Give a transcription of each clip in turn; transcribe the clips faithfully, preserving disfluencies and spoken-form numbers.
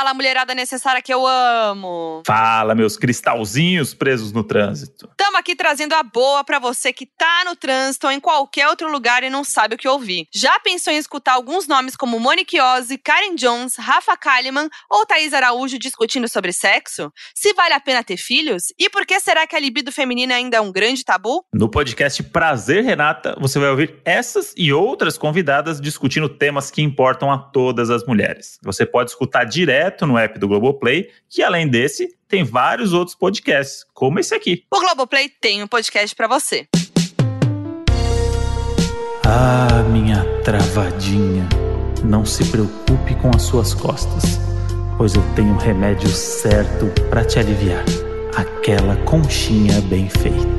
Fala, mulherada necessária que eu amo! Fala, meus cristalzinhos presos no trânsito. Tamo aqui trazendo a boa pra você que tá no trânsito ou em qualquer outro lugar e não sabe o que ouvir. Já pensou em escutar alguns nomes como Monique Ozzy, Karen Jones, Rafa Kalimann ou Thaís Araújo discutindo sobre sexo? Se vale a pena ter filhos? E por que será que a libido feminina ainda é um grande tabu? No podcast Prazer Renata, você vai ouvir essas e outras convidadas discutindo temas que importam a todas as mulheres. Você pode escutar direto no app do Globoplay, que além desse, tem vários outros podcasts, como esse aqui. O Globoplay tem um podcast pra você. Ah, minha travadinha, não se preocupe com as suas costas, pois eu tenho um remédio certo pra te aliviar. Aquela conchinha bem feita.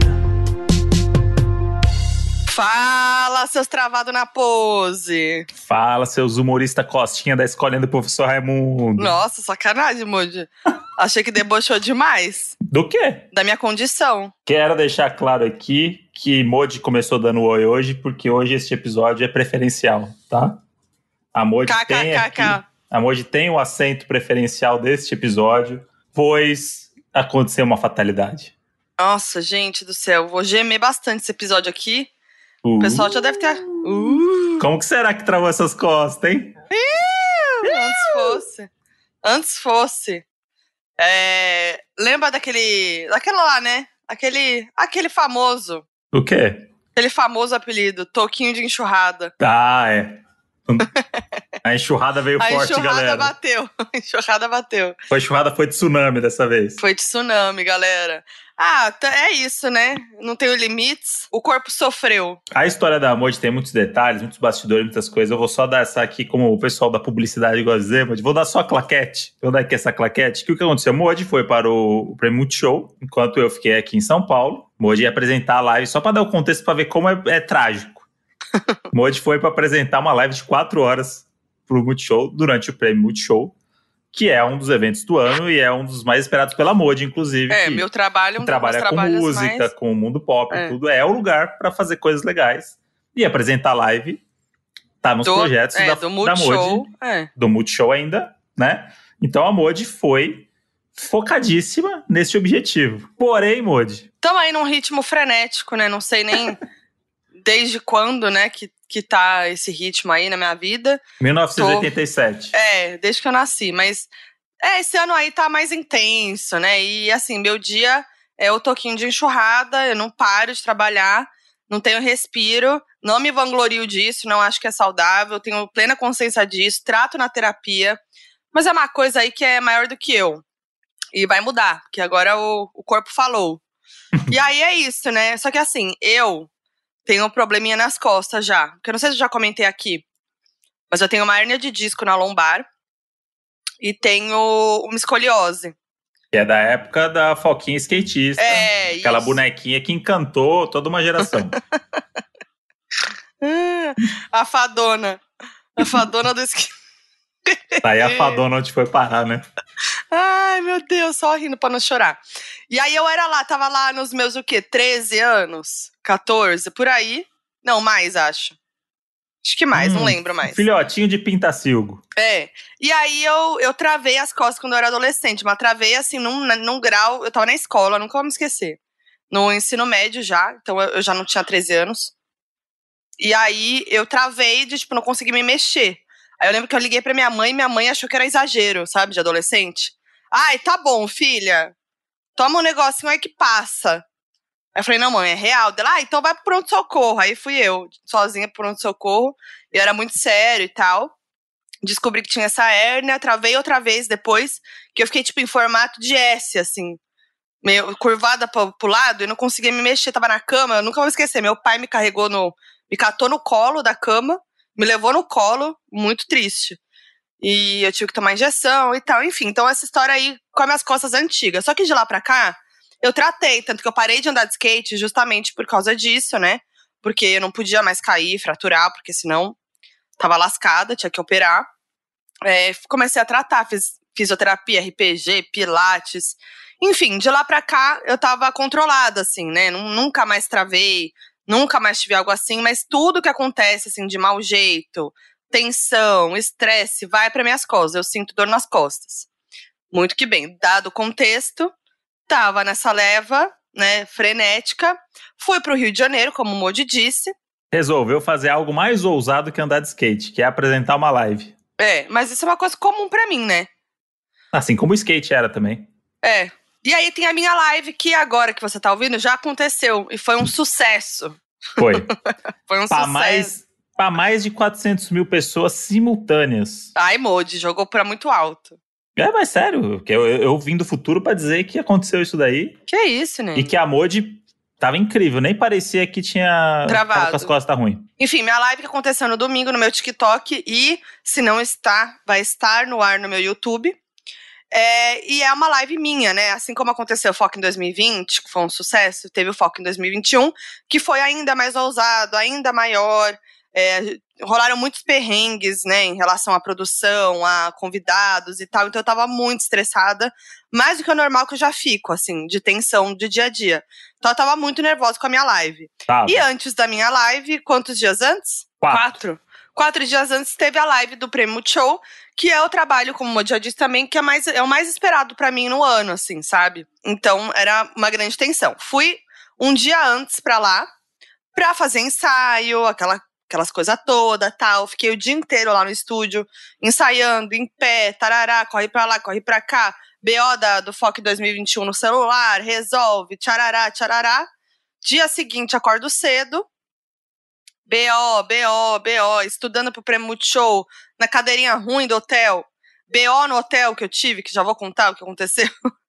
Fala, seus travados na pose! Fala, seus humoristas costinha da escolinha do professor Raimundo. Nossa, sacanagem, Moody. Achei que debochou demais. Do quê? Da minha condição. Quero deixar claro aqui que Moody começou dando oi hoje, porque hoje este episódio é preferencial, tá? A Moody tem aqui, a Moody tem o assento preferencial deste episódio, pois aconteceu uma fatalidade. Nossa, gente do céu, vou gemer bastante esse episódio aqui. Uh. O pessoal já deve ter... Uh. Como que será que travou essas costas, hein? Uh. Antes fosse. Antes fosse. É... Lembra daquele... Daquela lá, né? Aquele... Aquele famoso. O quê? Aquele famoso apelido, Toquinho de Enxurrada. Ah, é. A enxurrada veio a forte, galera. A enxurrada bateu. A enxurrada bateu. A enxurrada foi tsunami dessa vez. Foi tsunami, galera. Ah, é isso, né? Não tenho limites. O corpo sofreu. A história da Moody tem muitos detalhes, muitos bastidores, muitas coisas. Eu vou só dar essa aqui, como o pessoal da publicidade gosta de dizer, Moody. Vou dar só a claquete. Vou dar aqui essa claquete. Que o que aconteceu? Moody foi para o, o Prêmio Multishow, enquanto eu fiquei aqui em São Paulo. Moody ia apresentar a live, só para dar o contexto, para ver como é, é trágico. Moody foi para apresentar uma live de quatro horas pro Multishow, durante o Prêmio Multishow, que é um dos eventos do ano e é um dos mais esperados pela Moody, inclusive. É, que, meu trabalho é um que trabalha com música, mais... com o mundo pop é. e tudo. É o lugar para fazer coisas legais. E apresentar live tá nos do, projetos é, da, do da Multishow, Moody. É. Do Multishow ainda, né? Então a Moody foi focadíssima nesse objetivo. Porém, Moody... Tamo aí num ritmo frenético, né? Não sei nem desde quando, né, que, que tá esse ritmo aí na minha vida. mil novecentos e oitenta e sete. Tô... É, desde que eu nasci. Mas é, esse ano aí tá mais intenso, né? E assim, meu dia é o toquinho de enxurrada, eu não paro de trabalhar, não tenho respiro, não me vanglorio disso, não acho que é saudável, tenho plena consciência disso, trato na terapia. Mas é uma coisa aí que é maior do que eu. E vai mudar, porque agora o, o corpo falou. E aí é isso, né? Só que assim, eu tenho um probleminha nas costas já. Que eu não sei se eu já comentei aqui. Mas eu tenho uma hérnia de disco na lombar. E tenho uma escoliose. Que é da época da Foquinha skatista. É, aquela isso. bonequinha que encantou toda uma geração. A fadona. A fadona do skate. Tá aí a fadona onde foi parar, né? Ai, meu Deus, só rindo pra não chorar. E aí eu era lá, tava lá nos meus, o quê? treze anos? catorze, por aí. Não, mais, acho. Acho que mais, hum, não lembro mais. Filhotinho de pintacilgo. É. E aí eu, eu travei as costas quando eu era adolescente, mas travei assim num, num grau. Eu tava na escola, nunca vou me esquecer. No ensino médio já, então eu, eu já não tinha treze anos. E aí eu travei de, tipo, não consegui me mexer. Aí eu lembro que eu liguei pra minha mãe e minha mãe achou que era exagero, sabe, de adolescente. Ai, tá bom, filha. Toma um negocinho aí que passa. Aí eu falei, não, mãe, é real. Ela, ah, então vai pro pronto-socorro. Aí fui eu, sozinha pro pronto-socorro. E era muito sério e tal. Descobri que tinha essa hérnia, travei outra vez depois, que eu fiquei, tipo, em formato de S, assim. Meio curvada pro, pro lado e não conseguia me mexer. Tava na cama, eu nunca vou esquecer. Meu pai me carregou no... Me catou no colo da cama, me levou no colo, muito triste. E eu tive que tomar injeção e tal, enfim. Então essa história aí com as minhas costas antigas. Só que de lá pra cá, eu tratei. Tanto que eu parei de andar de skate justamente por causa disso, né? Porque eu não podia mais cair, fraturar, porque senão tava lascada, tinha que operar. É, comecei a tratar, fiz fisioterapia, R P G, pilates. Enfim, de lá pra cá, eu tava controlada, assim, né? Nunca mais travei, nunca mais tive algo assim. Mas tudo que acontece, assim, de mau jeito... tensão, estresse, vai para minhas costas. Eu sinto dor nas costas. Muito que bem. Dado o contexto, tava nessa leva, né, frenética. Fui pro Rio de Janeiro, como o Modi disse. Resolveu fazer algo mais ousado que andar de skate, que é apresentar uma live. É, mas isso é uma coisa comum pra mim, né? Assim como o skate era também. É. E aí tem a minha live, que agora que você tá ouvindo, já aconteceu. E foi um sucesso. Foi. Foi um pra sucesso. Mais, pra mais de quatrocentas mil pessoas simultâneas. Ai, Modi, jogou pra muito alto. É, mas sério, eu, eu, eu vim do futuro pra dizer que aconteceu isso daí. Que isso, né? E que a Modi tava incrível, nem parecia que tinha... Travado. Tava com as costas ruim. Enfim, minha live que aconteceu no domingo no meu TikTok e, se não está, vai estar no ar no meu YouTube. É, e é uma live minha, né? Assim como aconteceu o Foco em dois mil e vinte, que foi um sucesso, teve o Foco em dois mil e vinte e um, que foi ainda mais ousado, ainda maior. É, rolaram muitos perrengues, né, em relação à produção, a convidados e tal. Então eu tava muito estressada, mais do que o normal que eu já fico, assim, de tensão de dia a dia. Então eu tava muito nervosa com a minha live. Tava. E antes da minha live, quantos dias antes? Quatro. Quatro. Quatro dias antes teve a live do Prêmio Multishow, que é o trabalho, como eu já disse também, que é, mais, é o mais esperado pra mim no ano, assim, sabe? Então era uma grande tensão. Fui um dia antes pra lá, pra fazer ensaio, aquela aquelas coisas todas, tal. Fiquei o dia inteiro lá no estúdio, ensaiando, em pé, tarará, corre pra lá, corre pra cá. B O da, do Foco dois mil e vinte e um no celular, resolve, tcharará, tcharará. Dia seguinte, acordo cedo. B O, B O, B O, estudando pro Prêmio Multishow, na cadeirinha ruim do hotel. B O no hotel que eu tive, que já vou contar o que aconteceu.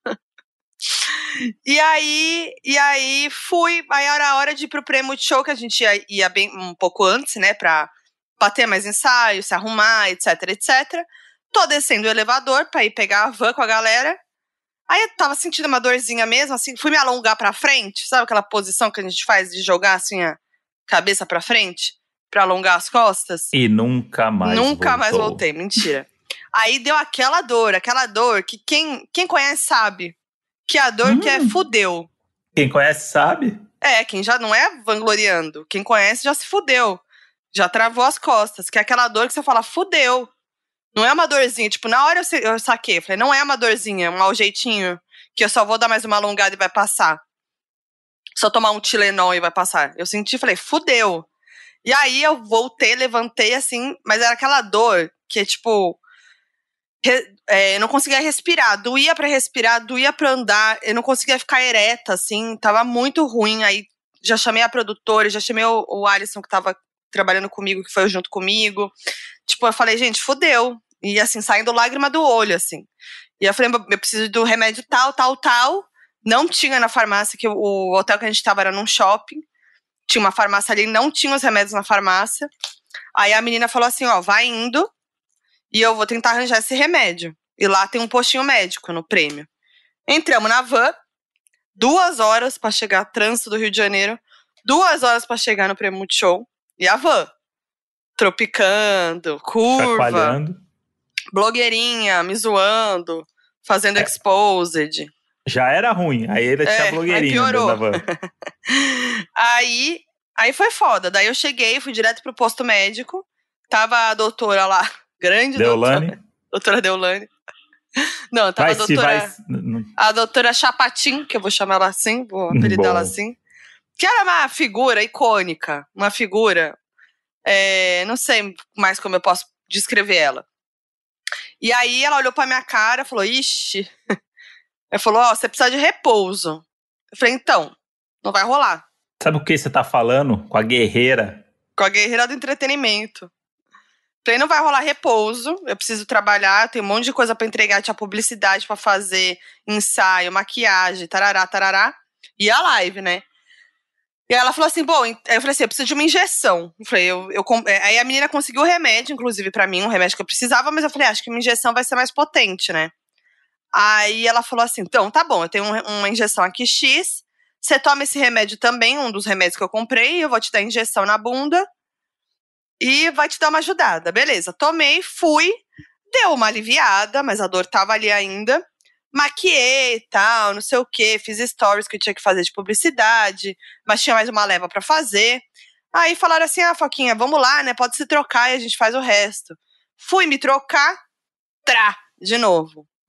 E aí, e aí fui, aí era a hora de ir pro Prêmio Multishow, que a gente ia, ia bem um pouco antes, né, pra bater mais ensaio, se arrumar, etc, etcétera. Tô descendo o elevador pra ir pegar a van com a galera. Aí eu tava sentindo uma dorzinha mesmo, assim, fui me alongar pra frente, sabe aquela posição que a gente faz de jogar, assim, a cabeça pra frente, pra alongar as costas? E nunca mais Nunca voltou. mais voltei, mentira. Aí deu aquela dor, aquela dor que quem, quem conhece sabe. Que a dor hum. que é fudeu. Quem conhece sabe? É, quem já não é vangloriando. Quem conhece já se fudeu. Já travou as costas. Que é aquela dor que você fala, fudeu. Não é uma dorzinha. Tipo, na hora eu, eu saquei. Falei, não é uma dorzinha, um mau jeitinho. Que eu só vou dar mais uma alongada e vai passar. Só tomar um Tilenol e vai passar. Eu senti, falei, fudeu. E aí eu voltei, levantei assim. Mas era aquela dor que é tipo... Re, é, eu não conseguia respirar, doía pra respirar, doía pra andar, eu não conseguia ficar ereta, assim, tava muito ruim. Aí já chamei a produtora, já chamei o, o Alisson que tava trabalhando comigo, que foi junto comigo. Tipo, eu falei, gente, fudeu. E assim, saindo lágrima do olho, assim. E eu falei, eu preciso do remédio tal, tal, tal. Não tinha na farmácia, que o, o hotel que a gente tava era num shopping. Tinha uma farmácia ali, não tinha os remédios na farmácia. Aí a menina falou assim, ó, vai indo. E eu vou tentar arranjar esse remédio. E lá tem um postinho médico no prêmio. Entramos na van. Duas horas pra chegar, trânsito do Rio de Janeiro. Duas horas pra chegar no Prêmio Multishow. E a van. Tropicando, curva. Chacoalhando. Blogueirinha, me zoando. Fazendo é. exposed. Já era ruim. Aí ainda tinha é, blogueirinha. Aí piorou. Da van. aí, aí foi foda. Daí eu cheguei, fui direto pro posto médico. Tava a doutora lá. Grande Deolane. doutora. Doutora Deolane. Não, tava vai, a doutora... Vai, a doutora Chapatin, que eu vou chamar ela assim, vou apelidar ela assim. Que era uma figura icônica. Uma figura... É, não sei mais como eu posso descrever ela. E aí ela olhou pra minha cara e falou, ixi... Ela falou, ó, oh, você precisa de repouso. Eu falei, então, não vai rolar. Sabe o que você tá falando? Com a guerreira. Com a guerreira do entretenimento. Falei, não vai rolar repouso, eu preciso trabalhar, tem um monte de coisa pra entregar, tinha publicidade pra fazer, ensaio, maquiagem, tarará, tarará, e a live, né? E aí ela falou assim, bom, eu falei assim, eu preciso de uma injeção. Eu falei, eu, eu, aí a menina conseguiu o remédio, inclusive pra mim, um remédio que eu precisava, mas eu falei, acho que uma injeção vai ser mais potente, né? Aí ela falou assim, então, tá bom, eu tenho uma injeção aqui X, você toma esse remédio também, um dos remédios que eu comprei, eu vou te dar injeção na bunda, e vai te dar uma ajudada. Beleza, tomei, fui, deu uma aliviada, mas a dor tava ali ainda. Maquiei e tal, não sei o quê. Fiz stories que eu tinha que fazer de publicidade, mas tinha mais uma leva pra fazer. Aí falaram assim, ah, Foquinha, vamos lá, né, pode se trocar e a gente faz o resto. Fui me trocar, trá, de novo.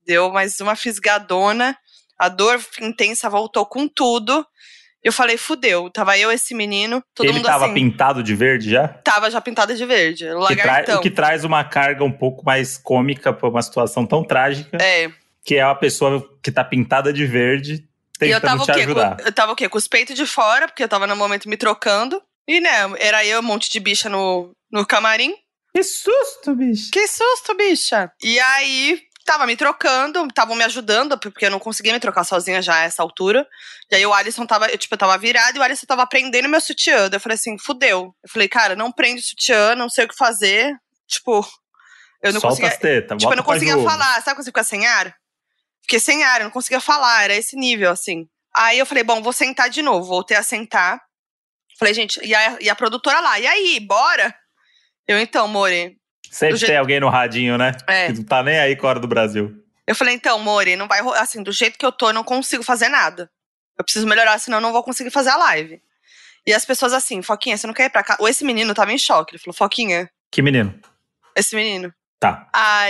Deu mais uma fisgadona. A dor intensa voltou com tudo. Eu falei, fudeu. Tava eu, esse menino, todo Ele mundo tava assim... pintado de verde já? Tava já pintado de verde, o Que trai- lagartão. o que traz uma carga um pouco mais cômica pra uma situação tão trágica. É. Que é uma pessoa que tá pintada de verde E eu tentando tava te o quê? ajudar. Com, eu tava o quê? Com os peitos de fora, porque eu tava no momento me trocando. E, né, era eu, um monte de bicha no, no camarim. Que susto, bicho. Que susto, bicha! E aí, tava me trocando, estavam me ajudando, porque eu não conseguia me trocar sozinha já a essa altura. E aí o Alisson tava, eu, tipo, eu tava virada e o Alisson tava prendendo meu sutiã. Daí eu falei assim, fudeu. Eu falei, cara, não prende o sutiã, não sei o que fazer. Tipo, eu não Solta conseguia... as tetas, Tipo, eu não bota pra conseguia jogo. falar, sabe quando você fica sem ar? Fiquei sem ar, eu não conseguia falar, era esse nível, assim. Aí eu falei, bom, vou sentar de novo. Voltei a sentar. Falei, gente, e a, e a produtora lá, e aí, bora? Eu, então, More... Sempre jeito... tem alguém no radinho, né? É. Que não tá nem aí com a hora do Brasil. Eu falei, então, More, não vai... Assim, do jeito que eu tô, eu não consigo fazer nada. Eu preciso melhorar, senão eu não vou conseguir fazer a live. E as pessoas assim, Foquinha, você não quer ir pra casa? Ou esse menino tava em choque. Ele falou, Foquinha... Que menino? Esse menino. Tá.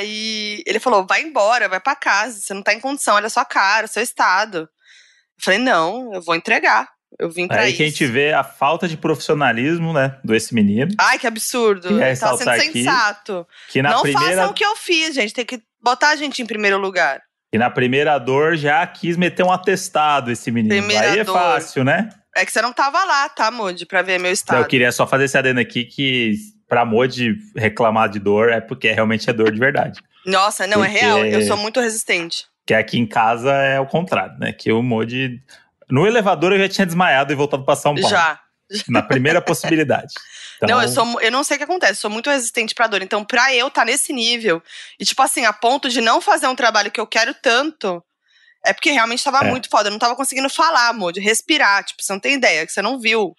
Aí ele falou, vai embora, vai pra casa. Você não tá em condição, olha a sua cara, o seu estado. Eu falei, não, eu vou entregar. Eu vim pra Aí isso. que a gente vê a falta de profissionalismo, né, do esse menino. Ai, que absurdo. Queria Ele tava sendo ressaltar aqui sensato. Que na não primeira... façam o que eu fiz, gente. Tem que botar a gente em primeiro lugar. E na primeira dor já quis meter um atestado esse menino. Primeira Aí é dor. fácil, né? É que você não tava lá, tá, Moody? Pra ver meu estado. Eu queria só fazer esse adendo aqui que pra Moody reclamar de dor é porque realmente é dor de verdade. Nossa, não, porque... é real. Eu sou muito resistente. Que aqui em casa é o contrário, né? Que o Moody... No elevador eu já tinha desmaiado e voltado pra São Paulo. Já. Na primeira possibilidade. Então... Não, eu, sou, eu não sei o que acontece, sou muito resistente pra dor. Então, pra eu estar tá nesse nível, e tipo assim, a ponto de não fazer um trabalho que eu quero tanto, é porque realmente tava é. muito foda. Eu não tava conseguindo falar, amor, de respirar. Tipo, você não tem ideia, que você não viu.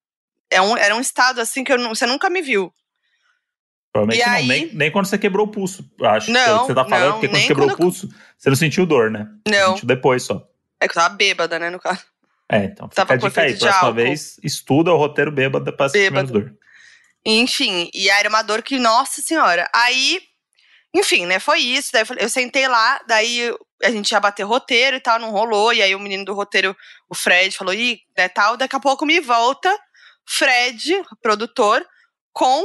É um, era um estado assim que eu não, você nunca me viu. Provavelmente e não, aí... nem, nem quando você quebrou o pulso, acho. Não, pelo que você tá falando, não, porque quando nem você quebrou quando... o pulso, você não sentiu dor, né? Você Não. sentiu depois só. É que eu tava bêbada, né, no caso. É, então fica Tava a dica aí. Próxima álcool. vez, estuda o roteiro bêbado pra sentir menos dor. Enfim, e aí era uma dor que, nossa senhora. Aí, enfim, né, foi isso. Daí eu, falei, eu sentei lá, daí a gente ia bater roteiro e tal, não rolou. E aí o menino do roteiro, o Fred, falou, ih, né, tal. Daqui a pouco me volta Fred, produtor, com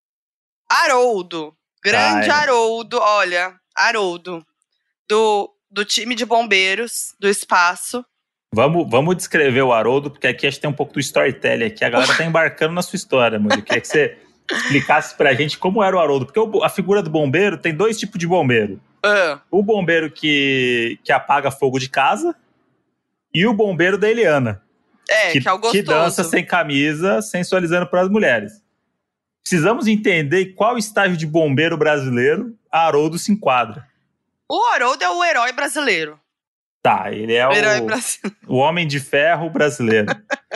Haroldo. Grande Ah, é. Haroldo, olha, Haroldo. Do, do time de bombeiros, do espaço. Vamos, vamos descrever o Haroldo, porque aqui a gente tem um pouco do storytelling aqui. A galera tá embarcando na sua história, mano. Eu queria que você explicasse pra gente como era o Haroldo. Porque o, a figura do bombeiro tem dois tipos de bombeiro. Uh. O bombeiro que, que apaga fogo de casa e o bombeiro da Eliana. É, que, que é o gostoso. Que dança sem camisa, sensualizando para as mulheres. Precisamos entender qual estágio de bombeiro brasileiro Haroldo se enquadra. O Haroldo é o herói brasileiro. Tá, ele é o, o, o homem de ferro brasileiro.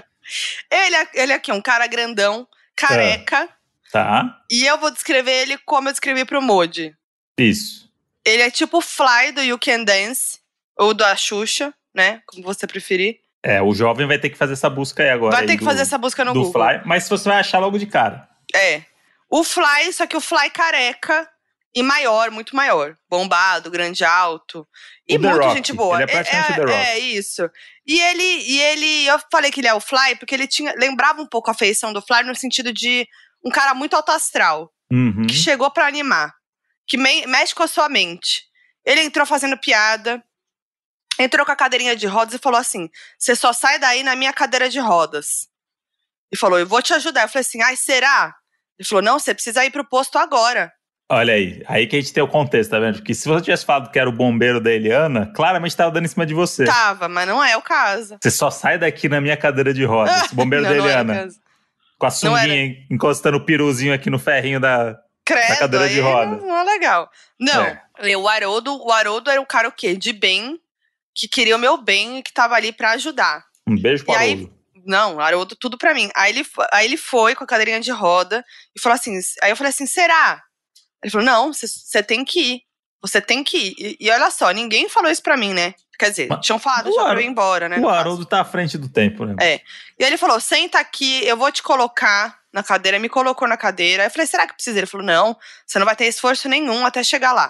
ele, é, ele é aqui, um cara grandão, careca. É. Tá. E eu vou descrever ele como eu descrevi pro Moody. Isso. Ele é tipo o Fly do You Can Dance, ou da Xuxa, né? Como você preferir. É, o jovem vai ter que fazer essa busca aí agora. Vai ter aí que do, fazer essa busca no do Google. Fly, mas você vai achar logo de cara. É. O Fly, só que o Fly careca e maior, muito maior. Bombado, grande, alto. E o The muito Rock. gente boa. Ele é praticamente é, The Rock. É, isso. E ele, e ele, eu falei que ele é o Fly, porque ele tinha, lembrava um pouco a feição do Fly no sentido de um cara muito alto astral. Uhum. Que chegou pra animar. Que me, mexe com a sua mente. Ele entrou fazendo piada. Entrou com a cadeirinha de rodas e falou assim, você só sai daí na minha cadeira de rodas. E falou, eu vou te ajudar. Eu falei assim, ai, será? Ele falou, não, você precisa ir pro posto agora. Olha aí, aí que a gente tem o contexto, tá vendo? Porque se você tivesse falado que era o bombeiro da Eliana, claramente tava dando em cima de você. Tava, mas não é o caso. Você só sai daqui na minha cadeira de rodas. O bombeiro não, da não Eliana. Com a sunguinha encostando o piruzinho aqui no ferrinho da, Credo, da cadeira de roda. Não, não é legal. Não, é. o Haroldo, o Haroldo era o cara o quê? De bem, que queria o meu bem e que tava ali pra ajudar. Um beijo pro aí, Haroldo. Não, Haroldo, tudo pra mim. Aí ele, aí ele foi com a cadeirinha de roda e falou assim, aí eu falei assim, será? Ele falou, não, você tem que ir. Você tem que ir. E, e olha só, ninguém falou isso pra mim, né? Quer dizer, Mas, tinham falado já Har- pra eu ir embora, né? O Haroldo tá à frente do tempo, né? É. E aí ele falou, senta aqui, eu vou te colocar na cadeira. Me colocou na cadeira. Aí eu falei, será que precisa? Ele falou, não, você não vai ter esforço nenhum até chegar lá.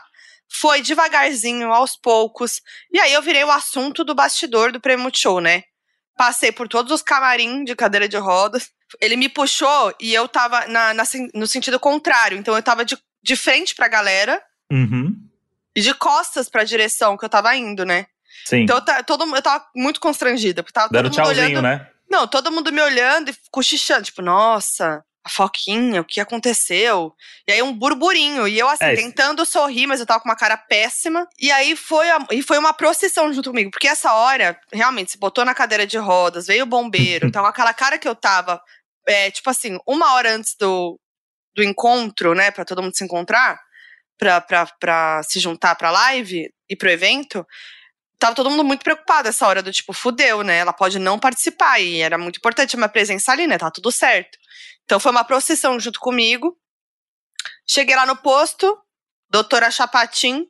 Foi devagarzinho, aos poucos. E aí eu virei o assunto do bastidor do Prêmio Multishow, né? Passei por todos os camarins de cadeira de rodas. Ele me puxou e eu tava na, na, no sentido contrário. Então eu tava de, de frente pra galera. Uhum. E de costas pra direção que eu tava indo, né? Sim. Então eu, ta, todo, eu tava muito constrangida. Porque tava Deram todo mundo tchauzinho, olhando, né? Não, todo mundo me olhando e cochichando. Tipo, nossa, a Foquinha, o que aconteceu? E aí um burburinho. E eu assim, É, tentando sorrir, mas eu tava com uma cara péssima. E aí foi, a, e foi uma procissão junto comigo. Porque essa hora, realmente, se botou na cadeira de rodas, veio o bombeiro. Então aquela cara que eu tava, é, tipo assim, uma hora antes do, do encontro, né? Pra todo mundo se encontrar. Pra, pra, pra se juntar pra live e pro evento, tava todo mundo muito preocupado essa hora do tipo, fudeu, né? Ela pode não participar e era muito importante a minha presença ali, né? Tá tudo certo. Então foi uma procissão junto comigo. Cheguei lá no posto, doutora Chapatin.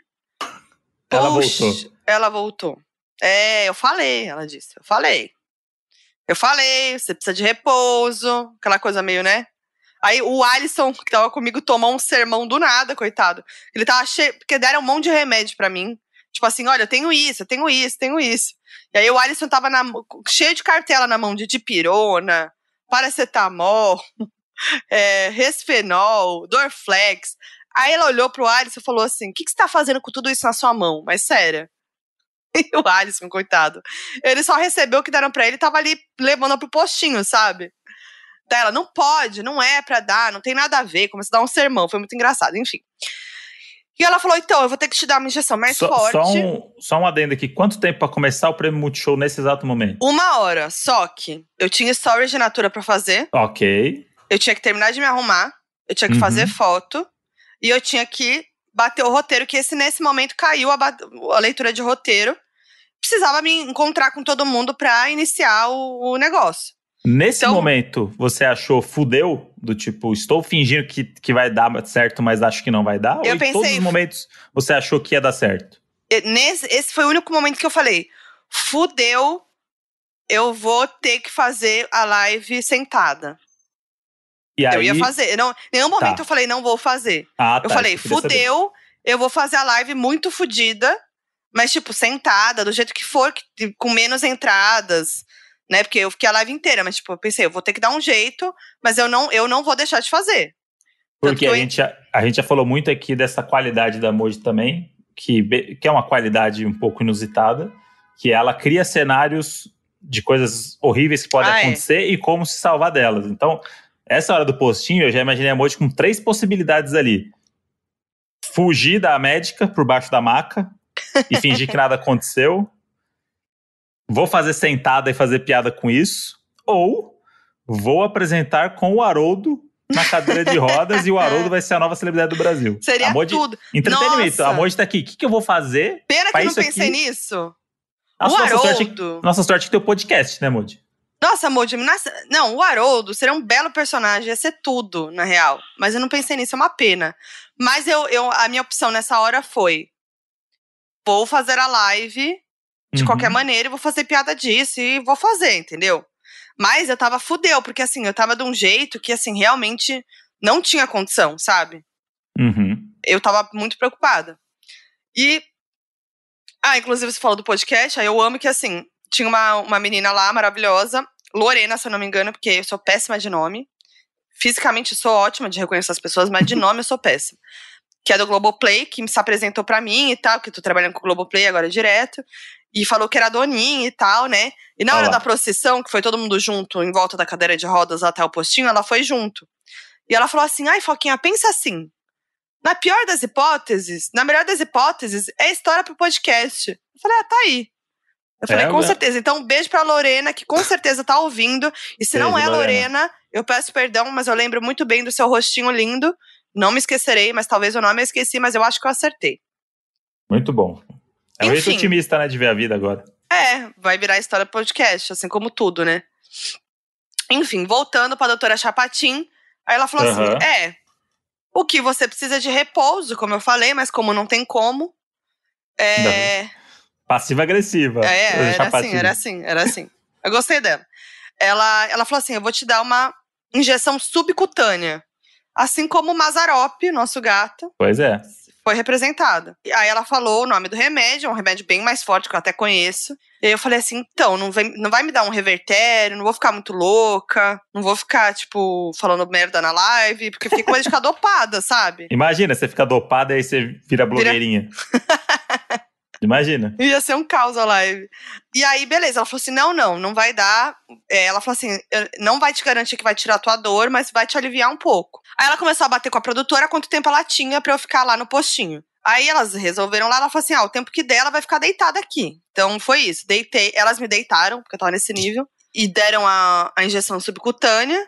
Ela Puxa, voltou. Ela voltou. É, eu falei, ela disse, eu falei. Eu falei, você precisa de repouso, aquela coisa meio, né? Aí o Alisson, que tava comigo, tomou um sermão do nada, coitado. Ele tava cheio, porque deram um monte de remédio pra mim. Tipo assim, olha, eu tenho isso, eu tenho isso, eu tenho isso. E aí o Alisson tava na, cheio de cartela na mão de dipirona, paracetamol, é, resfenol, Dorflex. Aí ela olhou pro Alisson e falou assim, o que, que você tá fazendo com tudo isso na sua mão? Mas sério. E o Alisson, coitado, ele só recebeu o que deram pra ele e tava ali levando pro postinho, sabe? Dela, não pode, não é pra dar, não tem nada a ver, começou a dar um sermão, foi muito engraçado, enfim. E ela falou, então, eu vou ter que te dar uma injeção mais só, forte. Só um, só um adendo aqui, quanto tempo pra começar o Prêmio Multishow nesse exato momento? Uma hora, só que eu tinha stories de Natura pra fazer. Ok. Eu tinha que terminar de me arrumar, eu tinha que Uhum. fazer foto, e eu tinha que bater o roteiro, que esse, nesse momento caiu a, a leitura de roteiro. Precisava me encontrar com todo mundo pra iniciar o, o negócio. Nesse então, momento, você achou fudeu? Do tipo, estou fingindo que, que vai dar certo, mas acho que não vai dar? Eu Ou pensei, em todos os momentos você achou que ia dar certo? Nesse, esse foi o único momento que eu falei, fudeu, eu vou ter que fazer a live sentada. E eu aí, ia fazer. Não, em nenhum momento tá. eu falei, não vou fazer. Ah, eu tá, falei, isso que eu queria fudeu, saber. eu vou fazer a live muito fudida, mas tipo, sentada, do jeito que for, que, com menos entradas, né? Porque eu fiquei a live inteira, mas tipo, eu pensei, eu vou ter que dar um jeito, mas eu não, eu não vou deixar de fazer. Porque eu... a, gente já, a gente já falou muito aqui dessa qualidade da Moji também, que, que é uma qualidade um pouco inusitada, que ela cria cenários de coisas horríveis que podem ah, acontecer é. e como se salvar delas. Então, essa hora do postinho, eu já imaginei a Moji com três possibilidades ali. Fugir da médica por baixo da maca e fingir que nada aconteceu. Vou fazer sentada e fazer piada com isso. Ou vou apresentar com o Haroldo na cadeira de rodas e o Haroldo vai ser a nova celebridade do Brasil. Seria Amor de tudo. Entretenimento. Nossa. A Moji tá aqui. O que, que eu vou fazer? Pena que eu não pensei aqui? nisso. Nossa, o nossa Haroldo. Sorte, nossa sorte que tem o podcast, né, Moji? Nossa, Moji, não, o Haroldo seria um belo personagem, ia ser tudo, na real. Mas eu não pensei nisso, é uma pena. Mas eu, eu, a minha opção nessa hora foi, vou fazer a live de uhum. qualquer maneira e vou fazer piada disso e vou fazer, entendeu? Mas eu tava fudeu, porque assim, eu tava de um jeito que assim, realmente não tinha condição, sabe? Uhum. Eu tava muito preocupada. E, ah, inclusive você falou do podcast, aí eu amo que assim, tinha uma, uma menina lá, maravilhosa, Lorena, se eu não me engano, porque eu sou péssima de nome. Fisicamente sou ótima de reconhecer as pessoas, mas de nome eu sou péssima. Que é do Globoplay, que se apresentou pra mim e tal, que eu tô trabalhando com o Globoplay agora direto. E falou que era doninha e tal, né? E na hora Olá. da procissão, que foi todo mundo junto, em volta da cadeira de rodas até o postinho, ela foi junto. E ela falou assim, ai, Foquinha, pensa assim. Na pior das hipóteses, na melhor das hipóteses, é história pro podcast. Eu falei, ah, tá aí. Eu falei, é, com certeza. Então, um beijo pra Lorena, que com certeza tá ouvindo. E se beijo, não é Lorena. Lorena, eu peço perdão, mas eu lembro muito bem do seu rostinho lindo. Não me esquecerei, mas talvez o nome eu esqueci, mas eu acho que eu acertei. Muito bom. É um jeito otimista, né, de ver a vida agora. É, vai virar história podcast, assim como tudo, né? Enfim, voltando pra doutora Chapatin, aí ela falou uhum. assim, é, o que você precisa é de repouso, como eu falei, mas como não tem como, é... Não. Passiva-agressiva. É, era assim, era assim, era assim. Eu gostei dela. Ela, ela falou assim, eu vou te dar uma injeção subcutânea. Assim como o Mazzaropi, nosso gato. Pois é. foi representada. E aí ela falou o nome do remédio, um remédio bem mais forte, que eu até conheço. E aí eu falei assim, então, não, vem, não vai me dar um revertério, não vou ficar muito louca, não vou ficar, tipo, falando merda na live, porque eu fiquei com medo de ficar dopada, sabe? Imagina, você fica dopada e aí você vira blogueirinha. Vira... Imagina. Ia ser um caos a live. E aí, beleza, ela falou assim, não, não, não vai dar. É, ela falou assim, não vai te garantir que vai tirar a tua dor, mas vai te aliviar um pouco. Aí ela começou a bater com a produtora quanto tempo ela tinha pra eu ficar lá no postinho. Aí elas resolveram lá, ela falou assim, ah, o tempo que der, ela vai ficar deitada aqui. Então foi isso, deitei, elas me deitaram, porque eu tava nesse nível, e deram a, a injeção subcutânea,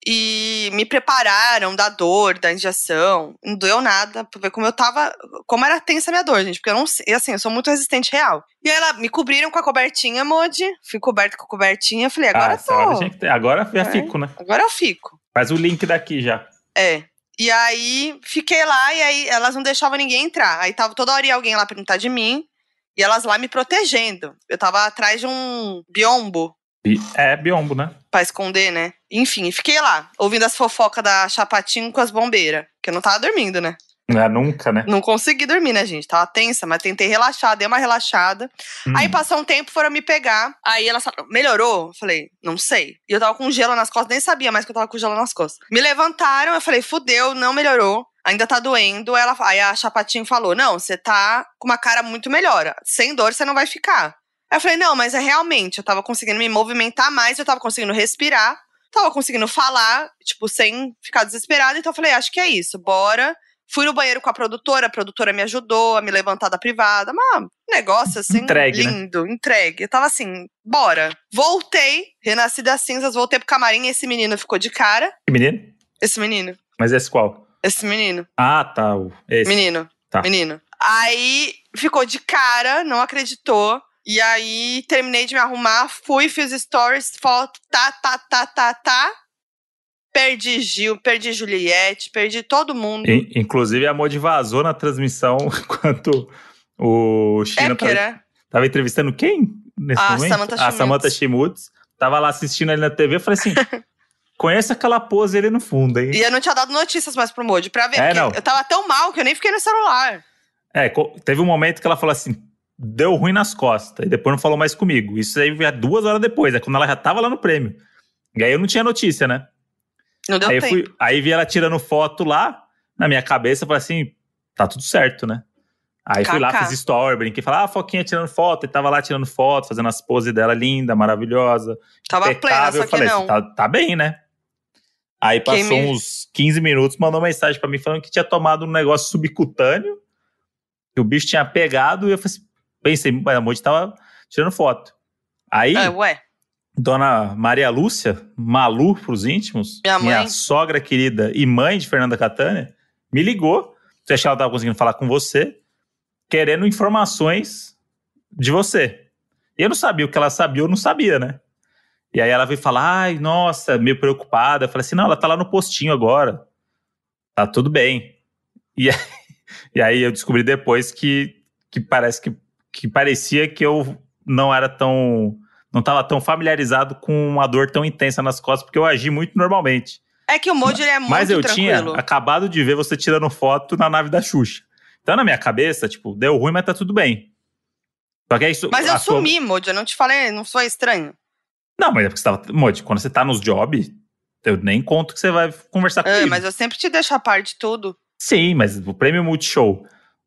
e me prepararam da dor, da injeção. Não doeu nada, pra ver como eu tava, como era tensa a minha dor, gente, porque eu não sei, assim, eu sou muito resistente real. E aí ela me cobriram com a cobertinha, Modi, fui coberta com a cobertinha, falei, agora ah, tô. Agora, tinha que ter. Agora já é, fico, né? Agora eu fico. Faz o link daqui já. É. E aí, fiquei lá, e aí elas não deixavam ninguém entrar. Aí tava toda hora ia alguém lá perguntar de mim, e elas lá me protegendo. Eu tava atrás de um biombo. É, biombo, né? Pra esconder, né? Enfim, fiquei lá, ouvindo as fofocas da Chapatinho com as bombeiras. Porque eu não tava dormindo, né? Não é nunca, né? Não consegui dormir, né, gente? Tava tensa, mas tentei relaxar, dei uma relaxada. Hum. Aí passou um tempo, foram me pegar. Aí elas falaram, melhorou? Eu falei, não sei. E eu tava com gelo nas costas, nem sabia mais que eu tava com gelo nas costas. Me levantaram, eu falei, fudeu, não melhorou. Ainda tá doendo. Ela, aí a Chapatinho falou, não, você tá com uma cara muito melhor. Sem dor, você não vai ficar. Aí eu falei, não, mas é realmente, eu tava conseguindo me movimentar mais, eu tava conseguindo respirar, tava conseguindo falar, tipo, sem ficar desesperada. Então eu falei, acho que é isso, bora. Fui no banheiro com a produtora, a produtora me ajudou a me levantar da privada. Um negócio assim, entregue, lindo, né? entregue. Eu tava assim, bora. Voltei, renasci das cinzas, voltei pro camarim e esse menino ficou de cara. Que menino? Esse menino. Mas esse qual? Esse menino. Ah, tá. Esse. Menino. Tá. Menino. Aí ficou de cara, não acreditou. E aí terminei de me arrumar, fui, fiz stories, foto, tá, tá, tá, tá, tá. Perdi Gil, perdi Juliette, perdi todo mundo. E, inclusive, a Modi vazou na transmissão enquanto o China é tava, era. tava entrevistando quem nesse a momento? Samantha a Samantha Schmutz. Tava lá assistindo ali na T V. Eu falei assim, conhece aquela pose ali no fundo, hein? E eu não tinha dado notícias mais pro Modi pra ver, é, porque não. eu tava tão mal que eu nem fiquei no celular. É, teve um momento que ela falou assim, deu ruim nas costas, e depois não falou mais comigo. Isso aí veio duas horas depois, é quando ela já tava lá no prêmio. E aí eu não tinha notícia, né? Não deu aí tempo. Fui, aí vi ela tirando foto lá, na minha cabeça, eu falei assim, tá tudo certo, né? Aí Cacá. fui lá, fiz story, brinquei, falei, ah, a Foquinha tirando foto, e tava lá tirando foto, fazendo as poses dela linda, maravilhosa. Tava plena, só eu falei, que não. Tá, tá bem, né? Aí passou me... uns quinze minutos, mandou mensagem pra mim falando que tinha tomado um negócio subcutâneo, que o bicho tinha pegado, e eu falei, pensei, a Modi tava tirando foto. Aí... É, ué. Dona Maria Lúcia, Malu pros íntimos, minha, minha sogra querida e mãe de Fernanda Catânia, me ligou. Você achava que ela tava conseguindo falar com você, querendo informações de você. E eu não sabia o que ela sabia, eu não sabia, né? E aí ela veio falar, ai, nossa, meio preocupada. Eu falei assim, não, ela tá lá no postinho agora. Tá tudo bem. E aí, e aí eu descobri depois que, que parece que, que parecia que eu não era tão... Não estava tão familiarizado com uma dor tão intensa nas costas, porque eu agi muito normalmente. É que o Modi ele é muito Mas eu tranquilo. tinha acabado de ver você tirando foto na nave da Xuxa. Então, na minha cabeça, tipo, deu ruim, mas tá tudo bem. Só que é isso, mas eu sua... sumi, Modi, eu não te falei, não foi estranho? Não, mas é porque você tava... Modi, quando você tá nos jobs, eu nem conto que você vai conversar é, comigo. Mas eu sempre te deixo a par de tudo. Sim, mas o prêmio Multishow...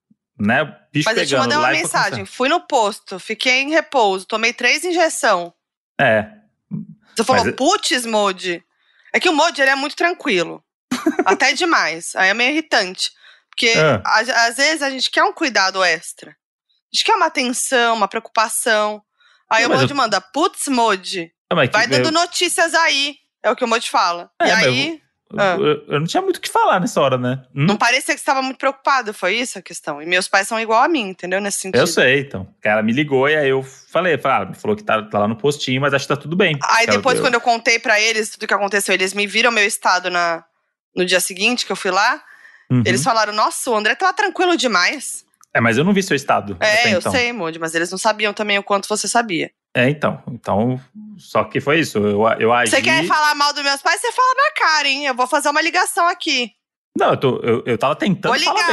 Né? Bicho mas eu te mandei uma mensagem, fui no posto, fiquei em repouso, tomei três injeções. É. Você falou, mas... putz, Modi. É que o Modi, ele é muito tranquilo. Até demais. Aí é meio irritante. Porque, é. a, às vezes, a gente quer um cuidado extra. A gente quer uma atenção, uma preocupação. Aí não, o Modi eu... manda, putz, Modi, não, vai que... dando eu... notícias aí. É o que o Modi fala. É, e aí... Eu... Ah. Eu, eu não tinha muito o que falar nessa hora, né? Hum? Não parecia que você estava muito preocupado, foi isso a questão. E meus pais são igual a mim, entendeu? Nesse sentido. Eu sei, então. O cara me ligou e aí eu falei, falei ah, falou que tá, tá lá no postinho, mas acho que tá tudo bem. Aí cara, depois, eu... quando eu contei pra eles tudo que aconteceu, eles me viram meu estado na, no dia seguinte, que eu fui lá. Uhum. Eles falaram, nossa, o André tava tranquilo demais. É, mas eu não vi seu estado. É, eu então. sei, Moody, mas eles não sabiam também o quanto você sabia. É, então. Então, só que foi isso. Eu, eu agi... Você quer falar mal dos meus pais? Você fala na cara, hein? Eu vou fazer uma ligação aqui. Não, eu, tô, eu, eu tava tentando falar bem, né?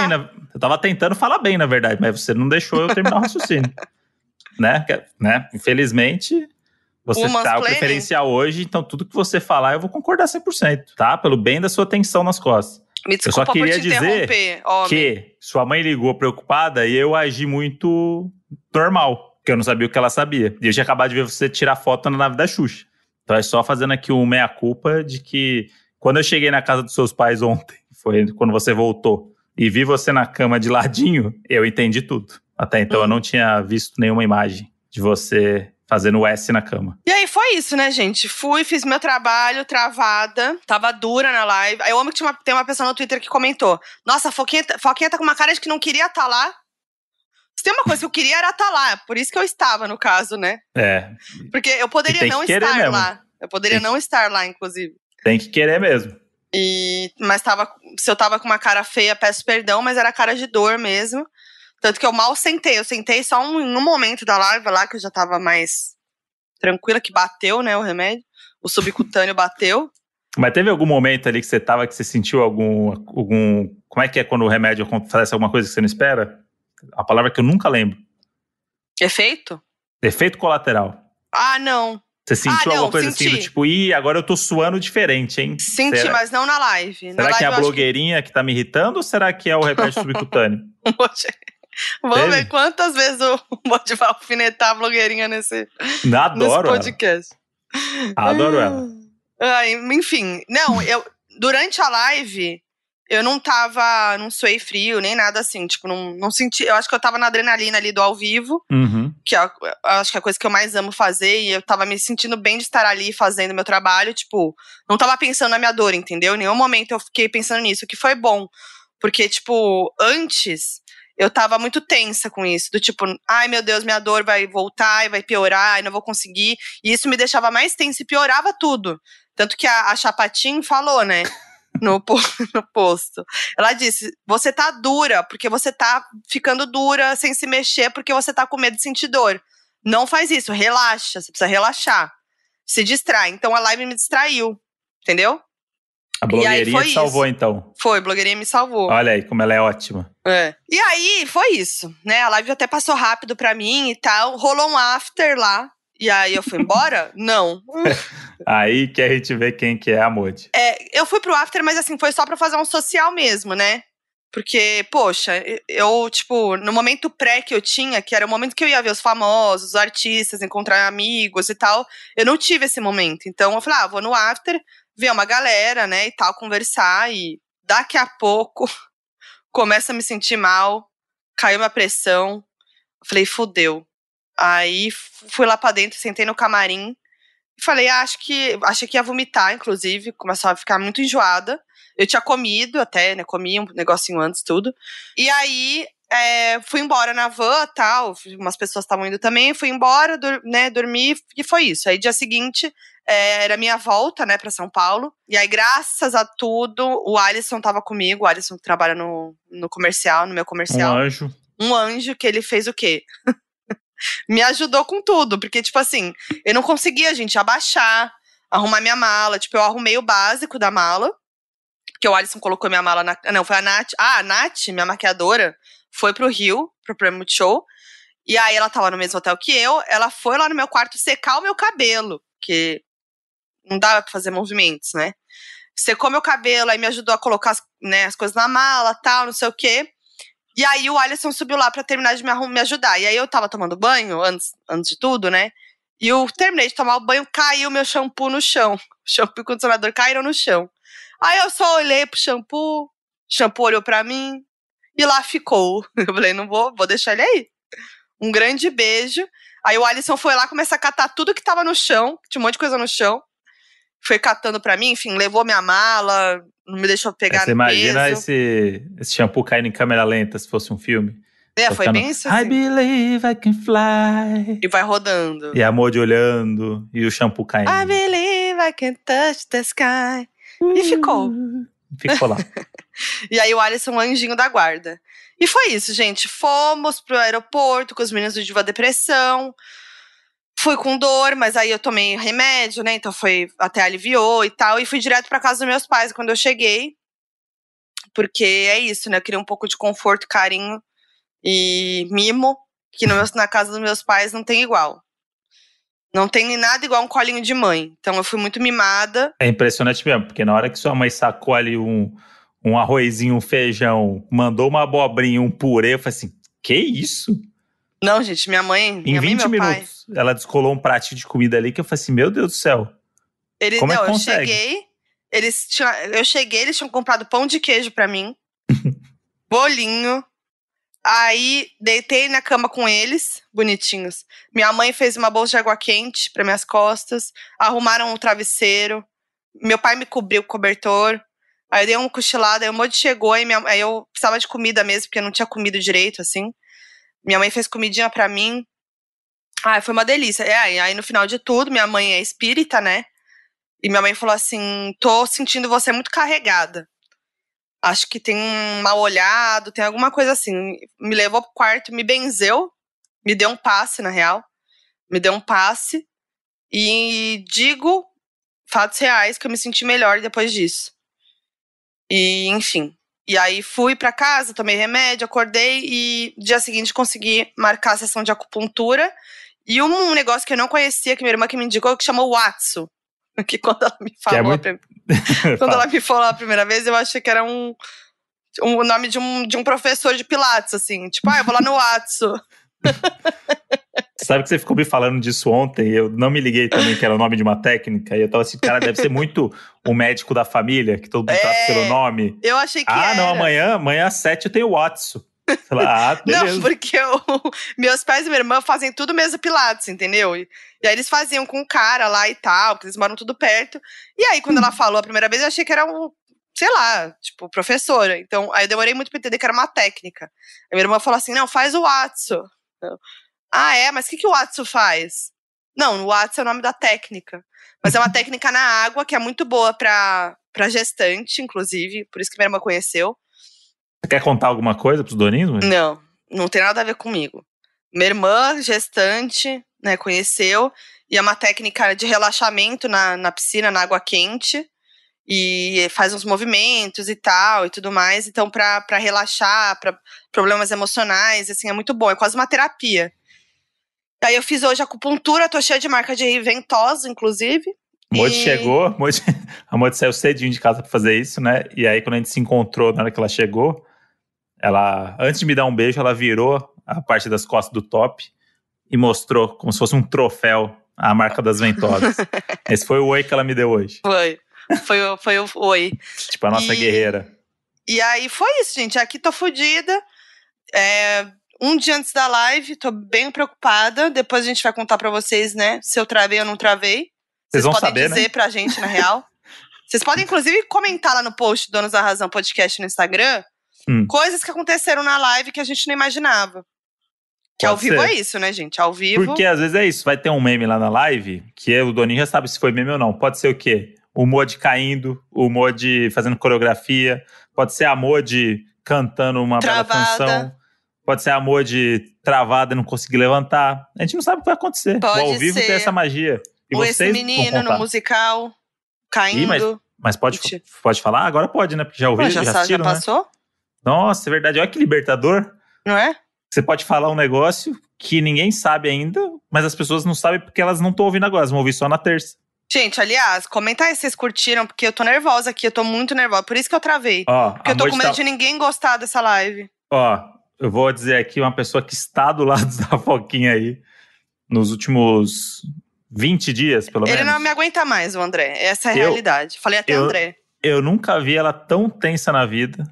Eu tava tentando falar bem, na verdade, mas você não deixou eu terminar o raciocínio. né? né? Infelizmente, você O tá o preferencial hoje, então tudo que você falar eu vou concordar cem por cento, tá? Pelo bem da sua tensão nas costas. Me desculpa eu só queria por te dizer interromper, homem. que sua mãe ligou preocupada e eu agi muito normal, porque eu não sabia o que ela sabia. E eu tinha acabado de ver você tirar foto na nave da Xuxa. Então é só fazendo aqui um meia-culpa de que quando eu cheguei na casa dos seus pais ontem, foi quando você voltou, e vi você na cama de ladinho, eu entendi tudo. Até então hum. eu não tinha visto nenhuma imagem de você fazendo o S na cama. E aí foi isso, né, gente? Fui, fiz meu trabalho, travada, tava dura na live. Aí eu amo que tinha uma, tem uma pessoa no Twitter que comentou: nossa, a Foquinha, Foquinha tá com uma cara de que não queria estar tá lá. Se tem uma coisa que eu queria era estar tá lá, por isso que eu estava, no caso, né? É. Porque eu poderia não estar mesmo. lá. Eu poderia tem não que... estar lá, inclusive. Tem que querer mesmo. E, mas tava, se eu tava com uma cara feia, peço perdão, mas era cara de dor mesmo. Tanto que eu mal sentei. Eu sentei só um, um momento da live lá, que eu já tava mais tranquila, que bateu, né, o remédio. O subcutâneo bateu. Mas teve algum momento ali que você tava, que você sentiu algum... algum como é que é quando o remédio acontece alguma coisa que você não espera? A palavra que eu nunca lembro. Efeito? Efeito colateral. Ah, não. Você sentiu ah, não, alguma coisa senti. assim, do tipo, ih, agora eu tô suando diferente, hein? Senti, será, mas não na live. Será na que live é a blogueirinha que... que tá me irritando ou será que é o remédio subcutâneo? Vamos Teve? ver quantas vezes o Bode vai alfinetar a blogueirinha nesse, Adoro nesse podcast. Ela. Adoro ela. Ai, enfim, não, eu durante a live eu não tava, não suei frio, nem nada assim, tipo, não, não senti, eu acho que eu tava na adrenalina ali do ao vivo, uhum. que é, eu acho que é a coisa que eu mais amo fazer, e eu tava me sentindo bem de estar ali fazendo meu trabalho, tipo, não tava pensando na minha dor, entendeu? Em nenhum momento eu fiquei pensando nisso, o que foi bom, porque, tipo, antes eu tava muito tensa com isso, do tipo, ai meu Deus, minha dor vai voltar e vai piorar, e não vou conseguir, e isso me deixava mais tensa e piorava tudo, tanto que a, a Chapatin falou, né, no, no posto, ela disse, você tá dura, porque você tá ficando dura sem se mexer, porque você tá com medo de sentir dor, não faz isso, relaxa, você precisa relaxar, se distrai, então a live me distraiu, entendeu? A blogueirinha te salvou, isso. então. Foi, a blogueirinha me salvou. Olha aí, como ela é ótima. É. E aí, foi isso, né? A live até passou rápido pra mim e tal. Rolou um after lá. E aí, eu fui embora? Não. Aí que a gente vê quem que é a Modi. É, eu fui pro after, mas assim, foi só pra fazer um social mesmo, né? Porque, poxa, eu, tipo, no momento pré que eu tinha, que era o momento que eu ia ver os famosos, os artistas, encontrar amigos e tal, eu não tive esse momento. Então, eu falei, ah, vou no after, ver uma galera, né, e tal, conversar, e daqui a pouco começa a me sentir mal, caiu minha pressão, falei, fudeu. Aí fui lá pra dentro, sentei no camarim, e falei, ah, acho que, achei que ia vomitar, inclusive, começou a ficar muito enjoada. Eu tinha comido até, né, comi um negocinho antes, tudo. E aí, é, fui embora na van, tal, umas pessoas estavam indo também, fui embora, dur- né, dormi, e foi isso. Aí, dia seguinte, é, era a minha volta, né, pra São Paulo. E aí, graças a tudo, o Alisson tava comigo, o Alisson que trabalha no, no comercial, no meu comercial. Um anjo. Um anjo que ele fez o quê? Me ajudou com tudo, porque, tipo assim, eu não conseguia, gente, abaixar, arrumar minha mala. Tipo, eu arrumei o básico da mala, porque o Alisson colocou minha mala na... Não, foi a Nath. Ah, a Nath, minha maquiadora, foi pro Rio, pro Prêmio Show. E aí ela tava no mesmo hotel que eu. Ela foi lá no meu quarto secar o meu cabelo, porque não dava pra fazer movimentos, né? Secou meu cabelo, aí me ajudou a colocar as, né, as coisas na mala, tal, não sei o quê. E aí o Alisson subiu lá pra terminar de me, arrum- me ajudar. E aí eu tava tomando banho, antes, antes de tudo, né? E eu terminei de tomar o banho, caiu meu shampoo no chão. O shampoo e o condicionador caíram no chão. Aí eu só olhei pro shampoo, o shampoo olhou pra mim, e lá ficou. Eu falei, não vou, vou deixar ele aí. Um grande beijo. Aí o Alisson foi lá começar a catar tudo que tava no chão, tinha um monte de coisa no chão. Foi catando pra mim, enfim, levou minha mala, não me deixou pegar Você no imagina peso. esse, esse shampoo caindo em câmera lenta, se fosse um filme. É, foi tocando, bem isso assim. I believe I can fly. E vai rodando. E a Modi olhando, e o shampoo caindo. I believe I can touch the sky. Uh, e ficou. Ficou lá. E aí o Alisson, um anjinho da guarda. E foi isso, gente. Fomos pro aeroporto com os meninos do Diva Depressão. Fui com dor, mas aí eu tomei remédio, né? Então foi, até aliviou e tal. E fui direto pra casa dos meus pais quando eu cheguei. porque é isso, né? Eu queria um pouco de conforto, carinho e mimo, que no meu, na casa dos meus pais não tem igual. Não tem nada igual um colinho de mãe. Então eu fui muito mimada. É impressionante mesmo, porque na hora que sua mãe sacou ali um, um arrozinho, um feijão, mandou uma abobrinha, um purê, eu falei assim, que isso? Não, gente, minha mãe, minha Em mãe e vinte meu pai. minutos, ela descolou um pratinho de comida ali que eu falei assim, meu Deus do céu. Eles, Como é não, que eu consegue? cheguei, eles tinham, eu cheguei, eles tinham comprado pão de queijo pra mim, bolinho. Aí deitei na cama com eles, bonitinhos. Minha mãe fez uma bolsa de água quente para minhas costas, arrumaram um travesseiro. Meu pai me cobriu com o cobertor. Aí eu dei uma cochilada, aí o Modi chegou, aí, minha, aí eu precisava de comida mesmo, porque eu não tinha comido direito, assim. Minha mãe fez comidinha pra mim. Ah, foi uma delícia. É, aí, aí no final de tudo, minha mãe é espírita, né? E minha mãe falou assim, tô sentindo você muito carregada. Acho que tem um mal olhado, tem alguma coisa assim. Me levou pro quarto, me benzeu, me deu um passe, na real. Me deu um passe. E digo, fatos reais, que eu me senti melhor depois disso. E, enfim. E aí fui pra casa, tomei remédio, acordei e no dia seguinte consegui marcar a sessão de acupuntura. E um negócio que eu não conhecia, que minha irmã que me indicou, que chamou Watsu. Que quando ela me falou, é muito... a prim... quando ela me falou a primeira vez, eu achei que era um, um o nome de um, de um professor de pilates, assim. Tipo, ah, eu vou lá no Watsu. Sabe que você ficou me falando disso ontem, eu não me liguei também que era o nome de uma técnica, e eu tava assim, cara, deve ser muito o médico da família, que todo mundo É, trata pelo nome. Eu achei que ah, era. não, amanhã, amanhã às sete eu tenho o Watsu. Ah, beleza. Não, porque eu, meus pais e minha irmã fazem tudo mesmo pilates, entendeu? E, e aí eles faziam com um cara lá e tal, porque eles moram tudo perto. E aí, quando ela falou a primeira vez, eu achei que era um, sei lá, tipo, professora. Então, aí eu demorei muito pra entender que era uma técnica. A minha irmã falou assim, não, faz o Watsu. Eu, ah, é? Mas o que, que o Watsu faz? Não, o Watsu é o nome da técnica. Mas é uma técnica na água que é muito boa pra, pra gestante, inclusive. Por isso que minha irmã conheceu. Você quer contar alguma coisa pros doninhos? Mas... Não, não tem nada a ver comigo. Minha irmã, gestante, né, conheceu. E é uma técnica de relaxamento na, na piscina, na água quente. E faz uns movimentos e tal, e tudo mais. Então, pra, pra relaxar, pra problemas emocionais, assim, é muito bom. É quase uma terapia. Aí eu fiz hoje acupuntura, tô cheia de marca de ventosa, inclusive. Modi e... chegou, Modi... a Modi saiu cedinho de casa pra fazer isso, né? E aí, quando a gente se encontrou, na hora que ela chegou, ela, antes de me dar um beijo, ela virou a parte das costas do top e mostrou como se fosse um troféu a marca das ventosas. Esse foi o oi que ela me deu hoje. Foi, foi, foi o oi. Tipo, a nossa e... guerreira. E aí foi isso, gente. Aqui tô fodida. É, um dia antes da live, tô bem preocupada. Depois a gente vai contar pra vocês, né, se eu travei ou não travei. Vocês Vocês vão podem saber, dizer né? pra gente, na real. Vocês podem, inclusive, comentar lá no post Donos da Razão Podcast no Instagram Hum. coisas que aconteceram na live que a gente não imaginava. Que ao Pode vivo ser. é isso, né, gente? Ao vivo. Porque às vezes é isso, vai ter um meme lá na live, que o Doninho já sabe se foi meme ou não. Pode ser o quê? O Modi caindo, o Modi fazendo coreografia, pode ser a Modi cantando uma bela Travada. canção, pode ser a Modi travada e não conseguir levantar. A gente não sabe o que vai acontecer. Pode o ao vivo ser. tem essa magia. E Ou vocês esse menino vão no contar. musical caindo. Ih, mas, mas pode, Mentira. pode falar? Agora pode, né? Porque já ouviram, Pô, já, já sa- já assistiram, né? passou? Nossa, é verdade. Olha que libertador. Não é? Você pode falar um negócio que ninguém sabe ainda, mas as pessoas não sabem porque elas não estão ouvindo agora, elas vão ouvir só na terça. Gente, aliás, comenta aí se vocês curtiram, porque eu tô nervosa aqui, eu tô muito nervosa. Por isso que eu travei. Ó, Porque a eu tô com Modi medo tá- de ninguém gostar dessa live. Ó, eu vou dizer aqui uma pessoa que está do lado da Foquinha aí nos últimos vinte dias, pelo Ele menos. não me aguenta mais, o André. Essa é a Eu- realidade. Falei até eu- André. Eu nunca vi ela tão tensa na vida.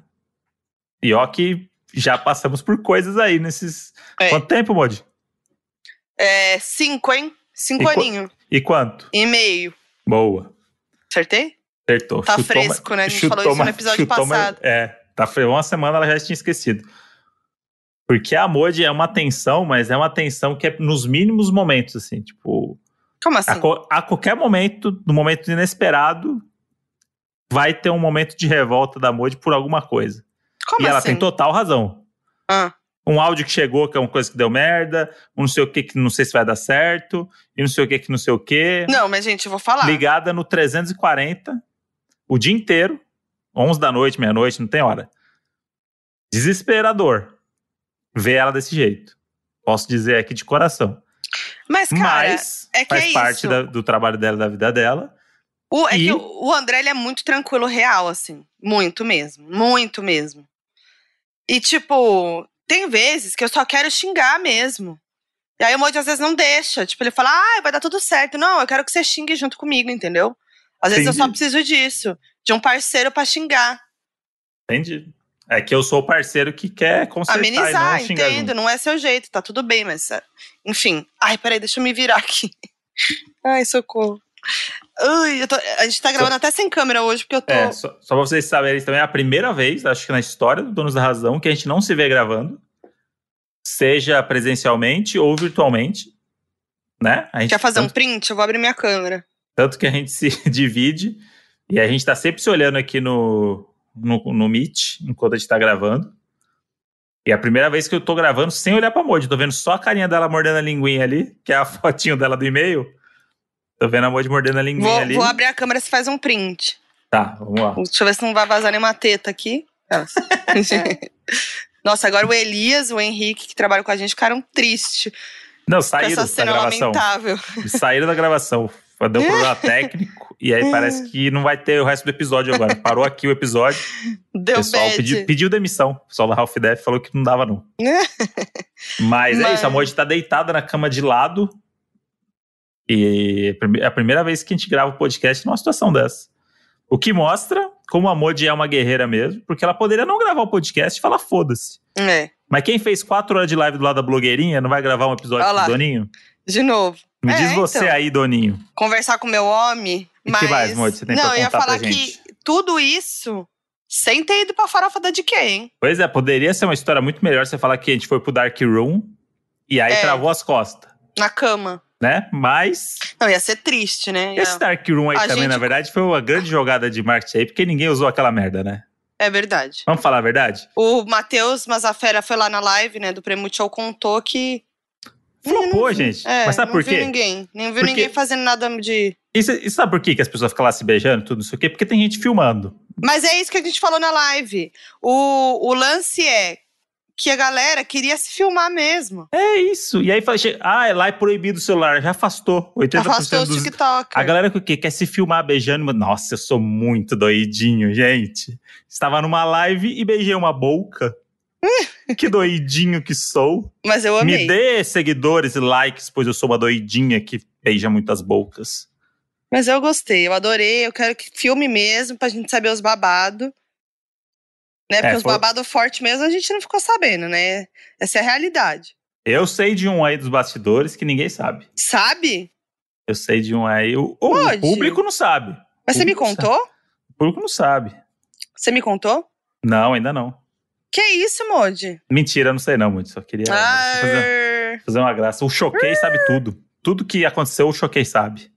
E ó que já passamos por coisas aí nesses... É. Quanto tempo, Modi? É cinco, hein? Cinco E qu- aninho. E quanto? E meio. Boa. Acertei? Acertou. Tá Chutou fresco, uma- né? A gente chutou falou isso no uma- episódio chutou uma- passado. É, tá fresco. Uma semana ela já tinha esquecido. Porque a Modi é uma tensão, mas é uma tensão que é nos mínimos momentos, assim. Tipo, Como assim? a, co- a qualquer momento, no momento inesperado, vai ter um momento de revolta da Modi por alguma coisa. Como e ela assim? tem total razão. Ah, Um áudio que chegou, que é uma coisa que deu merda, um não sei o que, que não sei se vai dar certo, e não sei o que, que não sei o que. não, mas gente, eu vou falar. Ligada no trezentos e quarenta, o dia inteiro, onze da noite, meia-noite, não tem hora. desesperador ver ela desse jeito. Posso dizer aqui de coração. Mas, cara, Mas é que faz é parte isso. da, do trabalho dela, da vida dela. O, é e... que o, o André, ele é muito tranquilo, real, assim. Muito mesmo. Muito mesmo. E, tipo, tem vezes que eu só quero xingar mesmo. E aí o Moji às vezes não deixa. Tipo, ele fala, ah, vai dar tudo certo. Não, eu quero que você xingue junto comigo, entendeu? Às vezes Entendi. eu só preciso disso. De um parceiro pra xingar. Entendi. É que eu sou o parceiro que quer consertar Amenizar, e não xingar entendo. junto. Não é seu jeito, tá tudo bem, mas... Enfim. Ai, peraí, deixa eu me virar aqui. Ai, socorro. Ui, eu tô, a gente tá gravando só, até sem câmera hoje, porque eu tô... É, só, só pra vocês saberem, também é a primeira vez, acho que na história do Donos da Razão, que a gente não se vê gravando. Seja presencialmente ou virtualmente. Né? A gente, Quer fazer tanto, um print? Eu vou abrir minha câmera. Tanto que a gente se divide e a gente tá sempre se olhando aqui no, no, no Meet, enquanto a gente tá gravando. E é a primeira vez que eu tô gravando sem olhar pra Moji. Tô vendo só a carinha dela mordendo a linguinha ali, que é a fotinho dela do e-mail. Tô vendo a Moji mordendo a linguinha vou, ali. Vou abrir a câmera e você faz um print. Tá, vamos lá. Deixa eu ver se não vai vazar nenhuma teta aqui. Nossa, agora o Elias, o Henrique, que trabalham com a gente, ficaram tristes. Não, saíram essa cena da gravação. Lamentável. Saíram da gravação. Deu um problema técnico. E aí parece que não vai ter o resto do episódio agora. Parou aqui o episódio. Deu o pessoal bad. pediu, pediu demissão. O pessoal da Half Def falou que não dava, não. Mas, Mas é isso, a Moji tá deitada na cama de lado. E é a primeira vez que a gente grava o podcast numa situação dessa. O que mostra como a Moji é uma guerreira mesmo, porque ela poderia não gravar o podcast e falar foda-se. É. Mas quem fez quatro horas de live do lado da blogueirinha não vai gravar um episódio com o Doninho? De novo. Me é, diz você então, aí, Doninho. Conversar com meu homem. E mas... que mais, Moji, você tem não, pra contar eu ia falar pra gente? Que tudo isso sem ter ido pra farofa da D K, hein? Pois é, poderia ser uma história muito melhor você falar que a gente foi pro Dark Room e aí é. travou as costas. Na cama. Né? Mas... Não, ia ser triste, né? Esse ia... Dark Room aí a também, gente... na verdade, foi uma grande jogada de marketing aí, porque ninguém usou aquela merda, né? É verdade. Vamos falar a verdade? O Matheus Mazafera foi lá na live, né, do Prêmio Show, contou que... Flopou, gente. É, mas sabe por quê? Não viu ninguém. Nem viu porque... ninguém fazendo nada de... Isso, isso sabe por quê que as pessoas ficam lá se beijando, tudo isso aqui? Porque tem gente filmando. Mas é isso que a gente falou na live. O, o lance é que a galera queria se filmar mesmo. É isso. E aí fala, ah, lá é proibido o celular. Já afastou. oitenta por cento afastou dos... os TikTok. A galera que o quê? Quer se filmar beijando. Nossa, eu sou muito doidinho, gente. Estava numa live e beijei uma boca. Que doidinho que sou. Mas eu amei. Me dê seguidores e likes, pois eu sou uma doidinha que beija muitas bocas. Mas eu gostei, eu adorei. Eu quero que filme mesmo, pra gente saber os babados. Né? Porque É, os foi... babados fortes mesmo a gente não ficou sabendo, né? Essa é a realidade. Eu sei de um aí dos bastidores que ninguém sabe. Sabe? Eu sei de um aí. O, o público não sabe. Mas você me contou? Sabe. O público não sabe. Você me contou? Não, ainda não. Que isso, Moji? Mentira, eu não sei não, Moji. Só queria ah, fazer, fazer uma graça. O Choquei sabe tudo. Tudo que aconteceu, o Choquei sabe.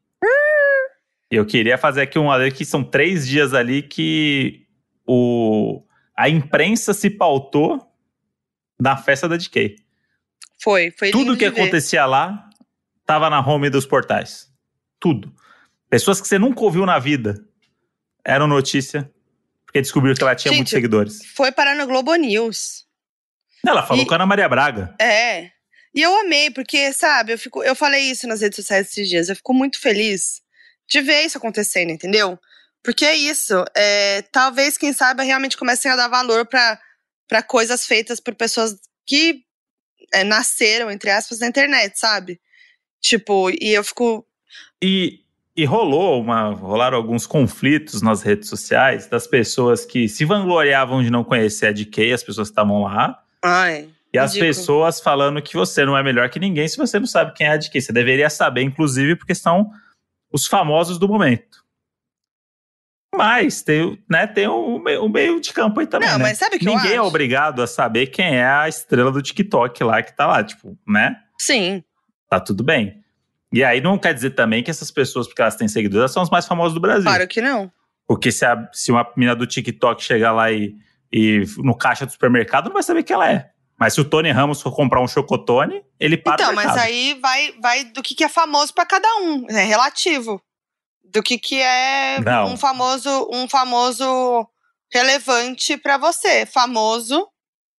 E eu queria fazer aqui um adendo que são três dias ali que o, a imprensa se pautou na festa da D K. Foi, foi lindo Tudo que de acontecia ver. lá tava na home dos portais. Tudo. Pessoas que você nunca ouviu na vida eram notícia, porque descobriu que ela tinha Gente, muitos seguidores. Foi parar no Globo News. Ela falou e, com a Ana Maria Braga. É. E eu amei, porque, sabe, eu, fico, eu falei isso nas redes sociais esses dias, eu fico muito feliz de ver isso acontecendo, entendeu? Porque é isso, é, talvez, quem sabe, realmente comecem a dar valor pra, pra coisas feitas por pessoas que é, nasceram, entre aspas, na internet, sabe? Tipo, e eu fico... E, e rolou uma, rolaram alguns conflitos nas redes sociais das pessoas que se vangloriavam de não conhecer a D K, as pessoas que estavam lá. Ai, e as ridículo. Pessoas falando que você não é melhor que ninguém se você não sabe quem é a D K. Você deveria saber, inclusive, porque são os famosos do momento. Mas tem, né, tem o, o meio de campo aí também, não, né? Mas sabe que ninguém eu é acho? obrigado a saber quem é a estrela do TikTok lá que tá lá, tipo, né? Sim. Tá tudo bem. E aí não quer dizer também que essas pessoas, porque elas têm seguidores, elas são as mais famosas do Brasil. Claro que não. Porque se, a, se uma menina do TikTok chegar lá e, e no caixa do supermercado, não vai saber quem ela é. Mas se o Tony Ramos for comprar um chocotone, ele para Então, o mercado. mas aí vai, vai do que, que é famoso pra cada um. É relativo. Do que, que é não. um famoso, um famoso relevante pra você. Famoso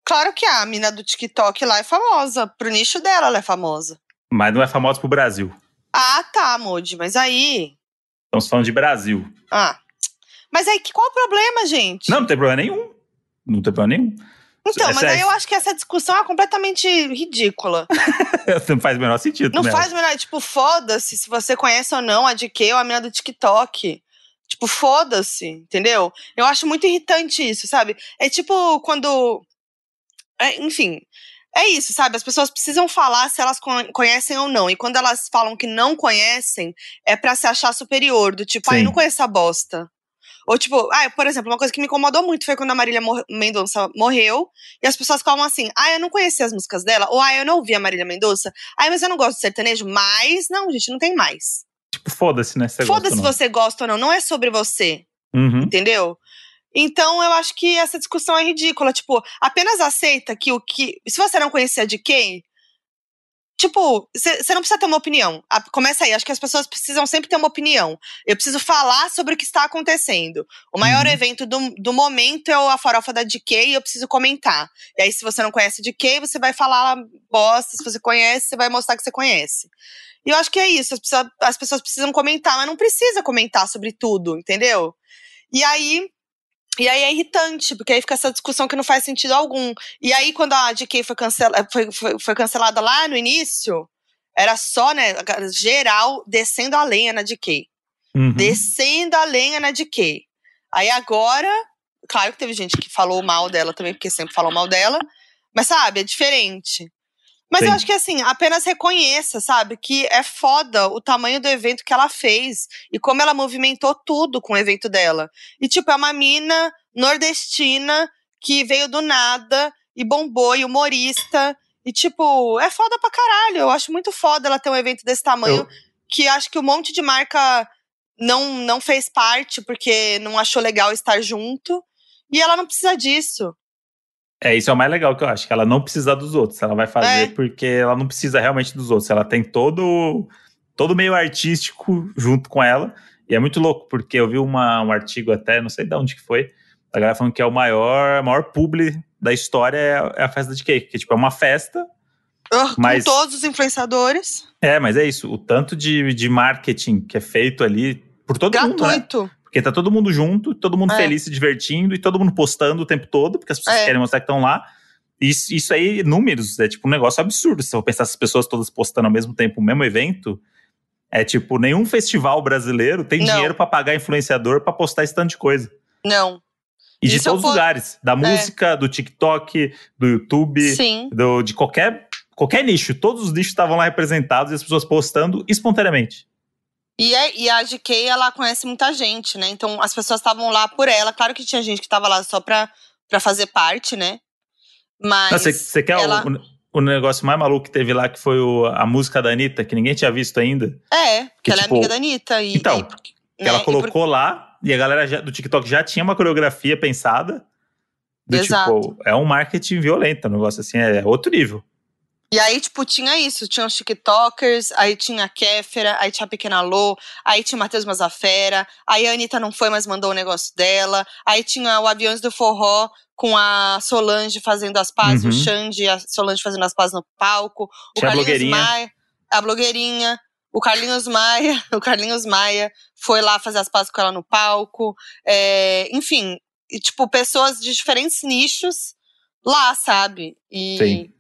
Claro que a mina do TikTok lá é famosa. Pro nicho dela, ela é famosa. Mas não é famosa pro Brasil. Ah, tá, Modi, mas aí… Estamos falando de Brasil. Ah, mas aí, qual o problema, gente? Não, não tem problema nenhum. Não tem problema nenhum. Então, Essa mas é- aí eu acho que essa discussão é completamente ridícula. Não faz o menor sentido. Não né? faz o menor… Tipo, foda-se se você conhece ou não a D K ou a mina do TikTok. Tipo, foda-se, entendeu? Eu acho muito irritante isso, sabe? É tipo quando… é, enfim… É isso, sabe? As pessoas precisam falar se elas con- conhecem ou não. E quando elas falam que não conhecem, é pra se achar superior. Do tipo, ai, Sim. não conheço essa bosta. Ou tipo, ah, por exemplo, uma coisa que me incomodou muito foi quando a Marília Mor- Mendonça morreu. E as pessoas falam assim, ah, eu não conhecia as músicas dela. Ou, ah, eu não ouvi a Marília Mendonça. Ah, mas eu não gosto de sertanejo. Mas, não, gente, não tem mais. Tipo, foda-se, né? Se você gosta Foda-se ou se não. você gosta ou não. Não é sobre você. Uhum. Entendeu? Então, eu acho que essa discussão é ridícula. Tipo, apenas aceita que o que… Se você não conhecer a D K, tipo, você não precisa ter uma opinião. A- Começa aí. Acho que as pessoas precisam sempre ter uma opinião. Eu preciso falar sobre o que está acontecendo. O maior Uhum. evento do, do momento é o- a farofa da D K e eu preciso comentar. E aí, se você não conhece a D K, você vai falar bosta. Se você conhece, você vai mostrar que você conhece. E eu acho que é isso. As pessoas, as pessoas precisam comentar, mas não precisa comentar sobre tudo, entendeu? E aí… E aí é irritante, porque aí fica essa discussão que não faz sentido algum. E aí, quando a D K foi, cancela, foi, foi, foi cancelada lá no início, era só, né, geral descendo a lenha na D K. Uhum. Descendo a lenha na D K. Aí agora, claro que teve gente que falou mal dela também, porque sempre falou mal dela. Mas sabe, é diferente. Mas Sim. eu acho que assim, apenas reconheça, sabe, que é foda o tamanho do evento que ela fez e como ela movimentou tudo com o evento dela. E tipo, é uma mina nordestina que veio do nada e bombou, e humorista. E tipo, é foda pra caralho. Eu acho muito foda ela ter um evento desse tamanho, Eu- que acho que um monte de marca não, não fez parte porque não achou legal estar junto. E ela não precisa disso. É, isso é o mais legal que eu acho, que ela não precisa dos outros. Ela vai fazer É. porque ela não precisa realmente dos outros. Ela tem todo todo meio artístico junto com ela. E é muito louco, porque eu vi uma, um artigo até, não sei de onde que foi, a galera falando que é o maior, maior publi da história é a, é a festa de cake. Que tipo, é uma festa, Uh, mas… Com todos os influenciadores. É, mas é isso. O tanto de, de marketing que é feito ali por todo mundo, né? Gratuito. Porque tá todo mundo junto, todo mundo É. feliz, se divertindo, e todo mundo postando o tempo todo, porque as pessoas É. querem mostrar que estão lá. Isso, isso aí, números, é tipo um negócio absurdo. Se eu pensar essas pessoas todas postando ao mesmo tempo o mesmo evento, é tipo, nenhum festival brasileiro tem Não. dinheiro pra pagar influenciador pra postar esse tanto de coisa. Não. E de Isso eu todos os po- lugares. Da música, do TikTok, do YouTube, Sim. do, de qualquer, qualquer nicho. Todos os nichos estavam lá representados e as pessoas postando espontaneamente. E, é, e a G K, ela conhece muita gente, né? Então, as pessoas estavam lá por ela. Claro que tinha gente que tava lá só pra, pra fazer parte, né? Mas Você quer ela… o, o negócio mais maluco que teve lá, que foi o, a música da Anitta, que ninguém tinha visto ainda? É, porque Que, ela tipo, é amiga da Anitta. E, então, e, que né? ela E por- colocou lá, e a galera já- do TikTok já tinha uma coreografia pensada. Do Exato. tipo, é um marketing violento, um negócio assim, é outro nível. E aí, tipo, tinha isso. Tinha os TikTokers, aí tinha a Kéfera, aí tinha a Pequena Lô, aí tinha o Matheus Mazafera, aí a Anitta não foi, mas mandou o negócio dela. Aí tinha o Aviões do Forró com a Solange fazendo as pazes, Uhum. o Xande e a Solange fazendo as pazes no palco. O Tinha a Carlinhos blogueirinha. Maia, a blogueirinha. O Carlinhos Maia, o Carlinhos Maia foi lá fazer as pazes com ela no palco. É, enfim, e, tipo, pessoas de diferentes nichos lá, sabe? E… Sim.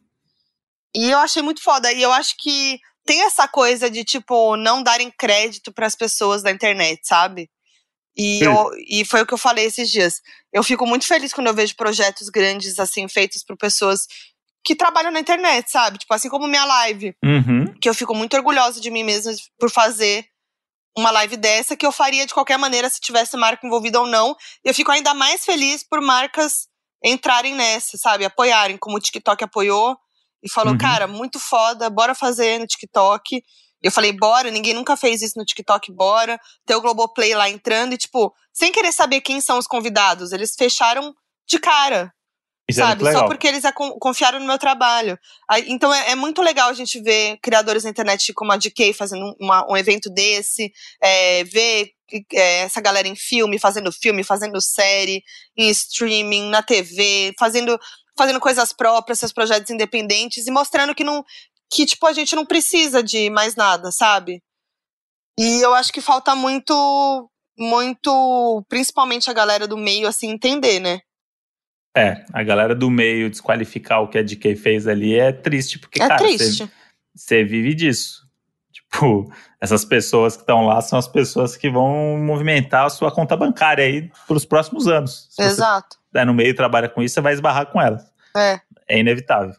E eu achei muito foda. E eu acho que tem essa coisa de, tipo, não darem crédito pras pessoas da internet, sabe? E, eu, e foi o que eu falei esses dias. Eu fico muito feliz quando eu vejo projetos grandes, assim, feitos por pessoas que trabalham na internet, sabe? Tipo, assim como minha live. Uhum. Que eu fico muito orgulhosa de mim mesma por fazer uma live dessa, que eu faria de qualquer maneira se tivesse marca envolvida ou não. E eu fico ainda mais feliz por marcas entrarem nessa, sabe? Apoiarem, como o TikTok apoiou. E falou, Uhum. cara, muito foda, bora fazer no TikTok. Eu falei, bora, ninguém nunca fez isso no TikTok, bora. Tem o Globoplay lá entrando e, tipo, sem querer saber quem são os convidados, eles fecharam de cara, Isso é muito sabe? legal. Só porque eles acon- confiaram no meu trabalho. Aí, então é, é muito legal a gente ver criadores na internet como a D K fazendo uma- um evento desse, é, ver é, essa galera em filme, fazendo filme, fazendo série, em streaming, na T V, fazendo… fazendo coisas próprias, seus projetos independentes e mostrando que, não, que tipo, a gente não precisa de mais nada, sabe? E eu acho que falta muito, muito, principalmente a galera do meio, assim, entender, né? É, a galera do meio desqualificar o que a D K fez ali é triste, porque, é cara, triste. você vive disso. Tipo, essas pessoas que estão lá são as pessoas que vão movimentar a sua conta bancária aí pelos próximos anos. Se Exato. você tá no meio e trabalha com isso, você vai esbarrar com elas. É. É inevitável.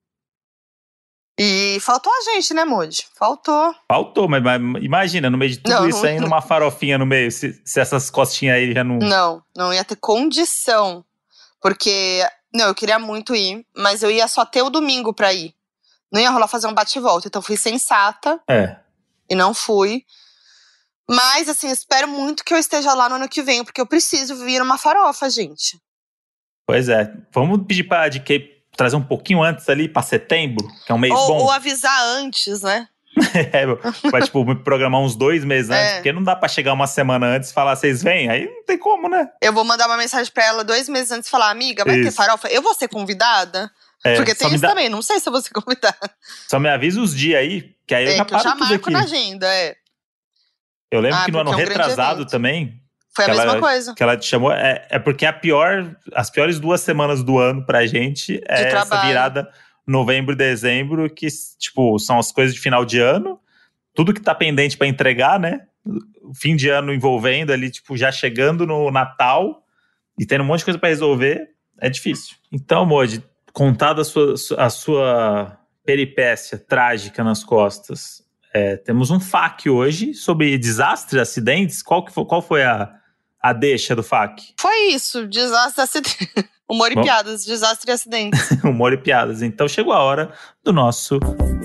E faltou a gente, né, Moody? Faltou. Faltou, mas, mas imagina, no meio de tudo não, isso aí, numa farofinha no meio, se, se essas costinhas aí já não... Não, não ia ter condição. Porque, não, eu queria muito ir, mas eu ia só ter o domingo pra ir. Não ia rolar fazer um bate e volta, então fui sensata. É. E não fui. Mas, assim, espero muito que eu esteja lá no ano que vem, porque eu preciso vir numa farofa, gente. Pois é. Vamos pedir pra D K trazer um pouquinho antes ali, pra setembro, que é um mês ou, bom. Ou avisar antes, né? é, vai, tipo, me programar uns dois meses antes, é. porque não dá pra chegar uma semana antes e falar, vocês vêm? Aí não tem como, né? Eu vou mandar uma mensagem pra ela dois meses antes e falar, amiga, vai isso. ter farofa? Eu vou ser convidada? É, porque tem isso dá... também, não sei se eu vou ser convidada. Só me avisa os dias aí, que aí é, eu já que paro eu já tudo marco aqui. na agenda, é. Eu lembro ah, que no ano é um retrasado também... Foi a mesma ela, coisa. Que ela te chamou, é, é porque a pior, as piores duas semanas do ano pra gente é De essa virada novembro e dezembro, que, tipo, são as coisas de final de ano, tudo que tá pendente pra entregar, né? O fim de ano envolvendo ali, tipo, já chegando no Natal e tendo um monte de coisa pra resolver, é difícil. Então, Moody, contada a sua, a sua peripécia trágica nas costas, é, temos um F A Q hoje sobre desastres, acidentes. Qual, que foi, qual foi a, a deixa do F A Q? Foi isso, desastre e acidente. Humor e Bom, piadas, desastre e acidentes. Humor e piadas. Então chegou a hora do nosso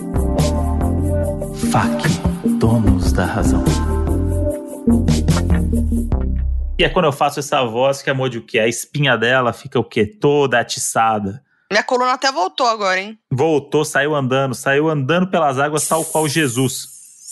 F A Q, donos da razão. E é quando eu faço essa voz que a Moody o quê? A espinha dela fica o quê? Toda atiçada. Minha coluna até voltou agora, hein? Voltou, saiu andando, saiu andando pelas águas tal qual Jesus.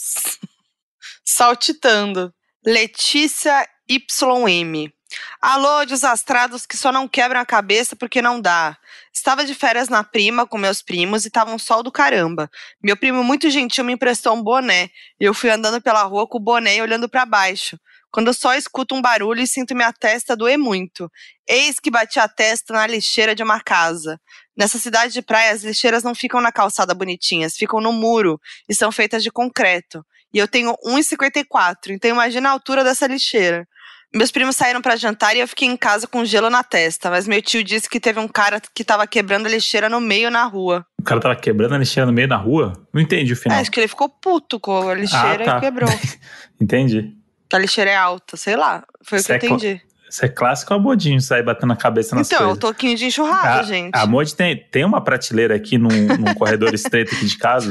Saltitando. Letícia Y M. Alô, desastrados que só não quebram a cabeça porque não dá. Estava de férias na prima com meus primos e tava um sol do caramba. Meu primo muito gentil me emprestou um boné e eu fui andando pela rua com o boné e olhando pra baixo. Quando eu só escuto um barulho e sinto minha testa doer muito. Eis que bati a testa na lixeira de uma casa. Nessa cidade de praia, as lixeiras não ficam na calçada bonitinhas, ficam no muro e são feitas de concreto. E eu tenho um metro e cinquenta e quatro, então imagina a altura dessa lixeira. Meus primos saíram pra jantar e eu fiquei em casa com gelo na testa, mas meu tio disse que teve um cara que tava quebrando a lixeira no meio na rua. O cara tava quebrando a lixeira no meio na rua? Não entendi o final. É, acho que ele ficou puto com a lixeira ah, tá. e quebrou. Entendi. Que a lixeira é alta, sei lá. Foi Isso o que eu é entendi. Cl- Isso é clássico abodinho, sair batendo a cabeça nas então, coisas. Então, eu tô aqui de enxurrada, a, gente. A Moody tem, tem uma prateleira aqui num, num corredor estreito aqui de casa.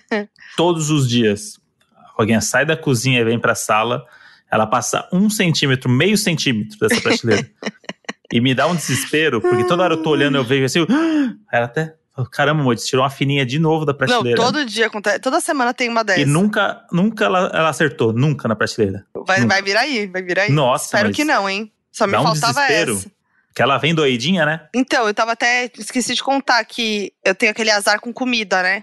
Todos os dias, alguém sai da cozinha e vem pra sala, ela passa um centímetro, meio centímetro dessa prateleira. E me dá um desespero, porque toda hora eu tô olhando, eu vejo assim, ela até... Caramba, Moody, tirou uma fininha de novo da prateleira. Não, todo dia acontece. Toda semana tem uma dessa. E nunca, nunca ela, ela acertou, nunca na prateleira. Vai, vai vir aí, vai vir aí. Nossa, Espero que não, hein? Só me dá um faltava desespero, essa. Que ela vem doidinha, né? Então, eu tava até... Esqueci de contar que eu tenho aquele azar com comida, né?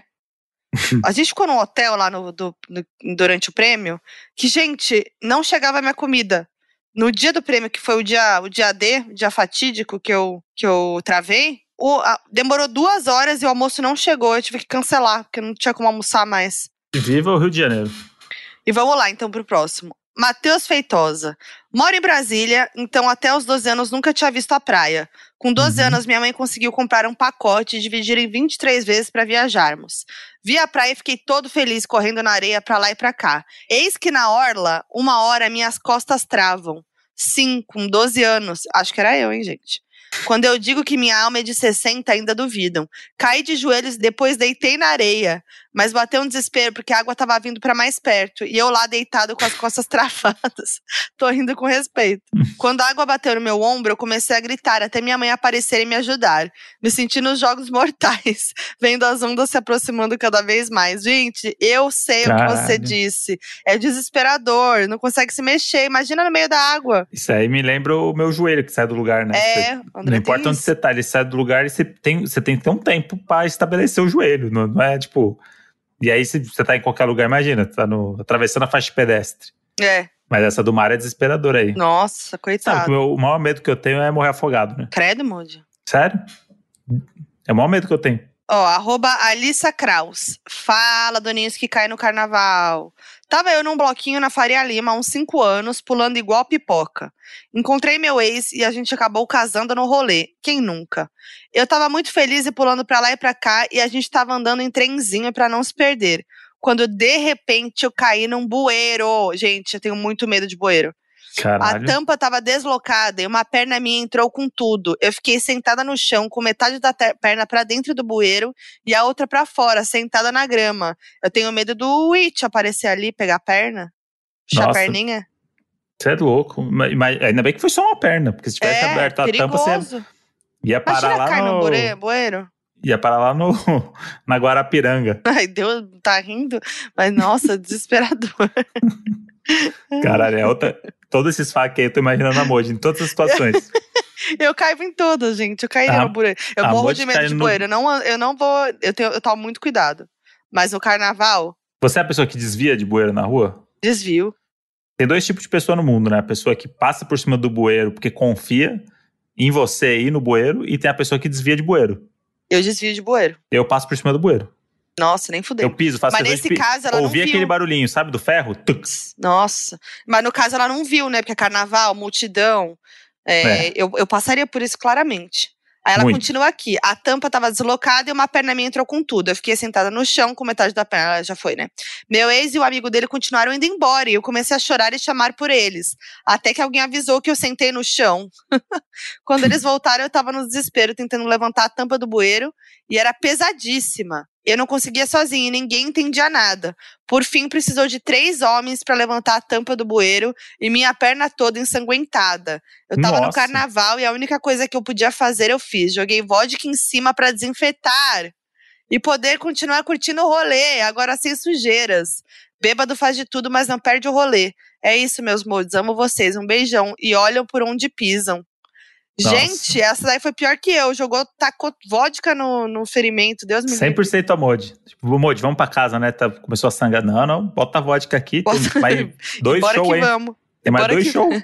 A gente ficou num hotel lá no, do, no, durante o prêmio, que, gente, não chegava a minha comida. No dia do prêmio, que foi o dia, o dia D, o dia fatídico que eu, que eu travei, o, a, demorou duas horas e o almoço não chegou. Eu tive que cancelar, porque não tinha como almoçar mais. Viva o Rio de Janeiro. E vamos lá, então, pro próximo. Matheus Feitosa. Moro em Brasília, então até os doze anos nunca tinha visto a praia. Com doze uhum. anos, minha mãe conseguiu comprar um pacote e dividir em vinte e três vezes para viajarmos. Vi a praia e fiquei todo feliz correndo na areia pra lá e pra cá. Eis que na orla, uma hora, minhas costas travam. Sim, com doze anos. Acho que era eu, hein, gente? Quando eu digo que minha alma é de sessenta, ainda duvidam. Caí de joelhos e depois deitei na areia. Mas bateu um desespero porque a água estava vindo para mais perto. E eu lá deitado com as costas travadas. Tô rindo com respeito. Quando a água bateu no meu ombro, eu comecei a gritar até minha mãe aparecer e me ajudar. Me senti nos jogos mortais. Vendo as ondas se aproximando cada vez mais. Gente, eu sei Caralho. O que você disse. É desesperador. Não consegue se mexer. Imagina no meio da água. Isso aí me lembra o meu joelho que sai do lugar, né? É, André Não importa tem onde isso. você tá, ele sai do lugar e você tem, você tem que ter um tempo pra estabelecer o joelho. Não, não é tipo. E aí, se você tá em qualquer lugar, imagina, tá no, atravessando a faixa de pedestre. É. Mas essa do mar é desesperadora aí. Nossa, Sabe que coitado. o, meu, o maior medo que eu tenho é morrer afogado, né? Credo, Moody. Sério? É o maior medo que eu tenho. Ó, arroba Alissa Kraus. Fala, doninhos que caem no carnaval. Tava eu num bloquinho na Faria Lima há uns cinco anos, pulando igual pipoca. Encontrei meu ex e a gente acabou casando no rolê. Quem nunca? Eu tava muito feliz e pulando pra lá e pra cá e a gente tava andando em trenzinho pra não se perder. Quando, de repente, eu caí num bueiro. Gente, eu tenho muito medo de bueiro. Caralho. A tampa tava deslocada e uma perna minha entrou com tudo. Eu fiquei sentada no chão, com metade da perna pra dentro do bueiro e a outra pra fora, sentada na grama. Eu tenho medo do It aparecer ali, pegar a perna, puxar a Nossa, perninha. você é louco. Mas, mas ainda bem que foi só uma perna, porque se tivesse É, aberto a tampa, você perigoso. ia parar Imagina lá cair no no... bure- bueiro. Ia parar lá no, na Guarapiranga. Ai, Deus, tá rindo? Mas, nossa, desesperador. Caralho, é outra... Todos esses fac aí, eu tô imaginando a Moji, em todas as situações. Eu caio em todas, gente. Eu cairia A- no bueiro. Eu a morro Moji de medo cai de no- bueiro. Eu não, eu não vou. Eu, tenho, eu tomo muito cuidado. Mas no carnaval, Você é a pessoa que desvia de bueiro na rua? desvio. Tem dois tipos de pessoa no mundo, né? A pessoa que passa por cima do bueiro porque confia em você ir no bueiro, e tem a pessoa que desvia de bueiro. Eu desvio de bueiro. Eu passo por cima do bueiro. Nossa, nem fudei. Eu piso, faço Mas questão nesse de pi- caso, ela não ouvir viu. aquele barulhinho, sabe, do ferro? Tux. Nossa. Mas no caso, ela não viu, né? Porque é carnaval, multidão. É, É. Eu, eu passaria por isso claramente. Aí ela Muito. continua aqui. A tampa tava deslocada e uma perna minha entrou com tudo. Eu fiquei sentada no chão com metade da perna. Ela já foi, né? Meu ex e o amigo dele continuaram indo embora. E eu comecei a chorar e chamar por eles. Até que alguém avisou que eu sentei no chão. Quando eles voltaram, eu tava no desespero, tentando levantar a tampa do bueiro. E era pesadíssima. Eu não conseguia sozinha e ninguém entendia nada. Por fim, precisou de três homens para levantar a tampa do bueiro e minha perna toda ensanguentada. Eu tava no Nossa. carnaval e a única coisa que eu podia fazer eu fiz. Joguei vodka em cima para desinfetar e poder continuar curtindo o rolê, agora sem sujeiras. Bêbado faz de tudo, mas não perde o rolê. É isso, meus modos. Amo vocês. Um beijão. E olham por onde pisam. Nossa. Gente, essa daí foi pior que eu. Jogou, tacou vodka no, no ferimento. Deus me livre. cem por cento a Moji. Tipo, Moji, vamos pra casa, né? Tá, começou a sangrar. Não, não, bota a vodka aqui. Tem Bota- mais dois Bora shows que aí. vamos. Tem mais Bora dois que- shows.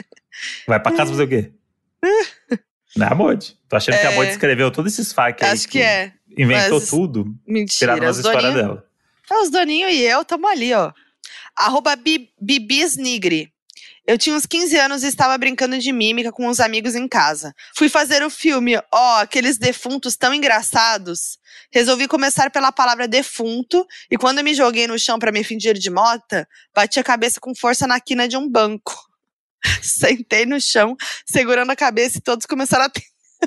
Vai pra casa fazer o quê? Não é a Moji. Tô achando que a É. Moji escreveu todos esses fac aí. Acho que é. Inventou Mas- tudo. Mentira. Tiraram as Os histórias doninhos, dela. é, os doninhos e eu tamo ali, ó. Arroba Bi- Bibis Nigri. Eu tinha uns quinze anos e estava brincando de mímica com uns amigos em casa. Fui fazer o filme, ó, aqueles defuntos tão engraçados. Resolvi começar pela palavra defunto e quando eu me joguei no chão pra me fingir de mota, bati a cabeça com força na quina de um banco. Sentei no chão, segurando a cabeça e todos começaram a, te-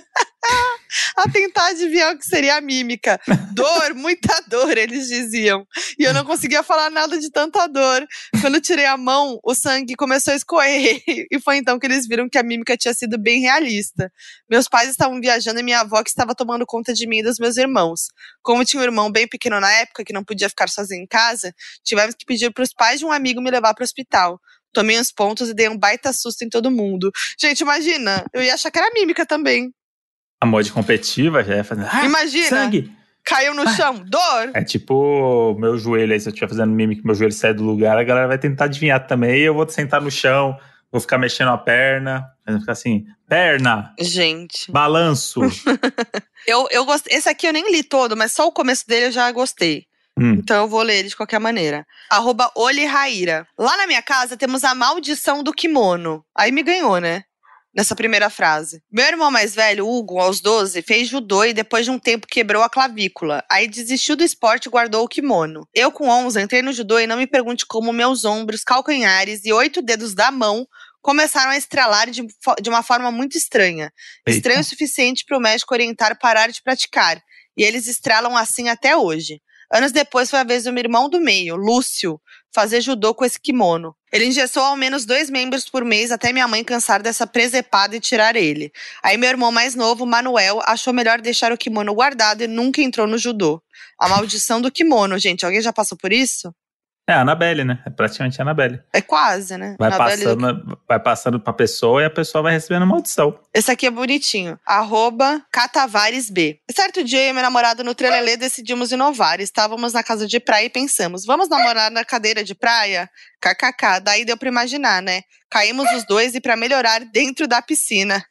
a tentar adivinhar o que seria a mímica. Dor, muita dor, eles diziam. E eu não conseguia falar nada de tanta dor. Quando eu tirei a mão, o sangue começou a escorrer. E foi então que eles viram que a mímica tinha sido bem realista. Meus pais estavam viajando e minha avó que estava tomando conta de mim e dos meus irmãos. Como tinha um irmão bem pequeno na época, que não podia ficar sozinho em casa, tivemos que pedir para os pais de um amigo me levar para o hospital. Tomei uns pontos e dei um baita susto em todo mundo. Gente, imagina, eu ia achar que era mímica também. A Moji competitiva já ia fazendo. Ah, Imagina. sangue! Caiu no chão, dor. É tipo meu joelho aí, se eu estiver fazendo mímica, meu joelho sai do lugar, a galera vai tentar adivinhar também. E eu vou sentar no chão, vou ficar mexendo a perna, vai ficar assim, perna, Gente, balanço. eu, eu gostei. Esse aqui eu nem li todo, mas só o começo dele eu já gostei. Hum. Então eu vou ler ele de qualquer maneira. Arroba Oli Raíra. Lá na minha casa temos a maldição do kimono. Aí me ganhou, né? Nessa primeira frase. Meu irmão mais velho, Hugo, aos doze, fez judô e depois de um tempo quebrou a clavícula. Aí desistiu do esporte e guardou o kimono. Eu com onze entrei no judô e não me pergunte como meus ombros, calcanhares e oito dedos da mão começaram a estrelar de, fo- de uma forma muito estranha. Eita. Estranho o suficiente para o médico orientar parar de praticar. E eles estrelam assim até hoje. Anos depois foi a vez do meu irmão do meio, Lúcio, fazer judô com esse kimono. Ele engessou ao menos dois membros por mês até minha mãe cansar dessa presepada e tirar ele. Aí meu irmão mais novo, Manuel, achou melhor deixar o kimono guardado e nunca entrou no judô. A maldição do kimono, gente. Alguém já passou por isso? É a Annabelle, né? É praticamente a Annabelle. É quase, né? Vai Annabelle passando, do... vai passando pra pessoa e a pessoa vai recebendo maldição. Esse aqui é bonitinho. Arroba CatavaresB. Certo dia, eu e meu namorado no Trelelê decidimos inovar. Estávamos na casa de praia e pensamos, vamos namorar na cadeira de praia? K K K. Daí deu pra imaginar, né? Caímos os dois e pra melhorar dentro da piscina.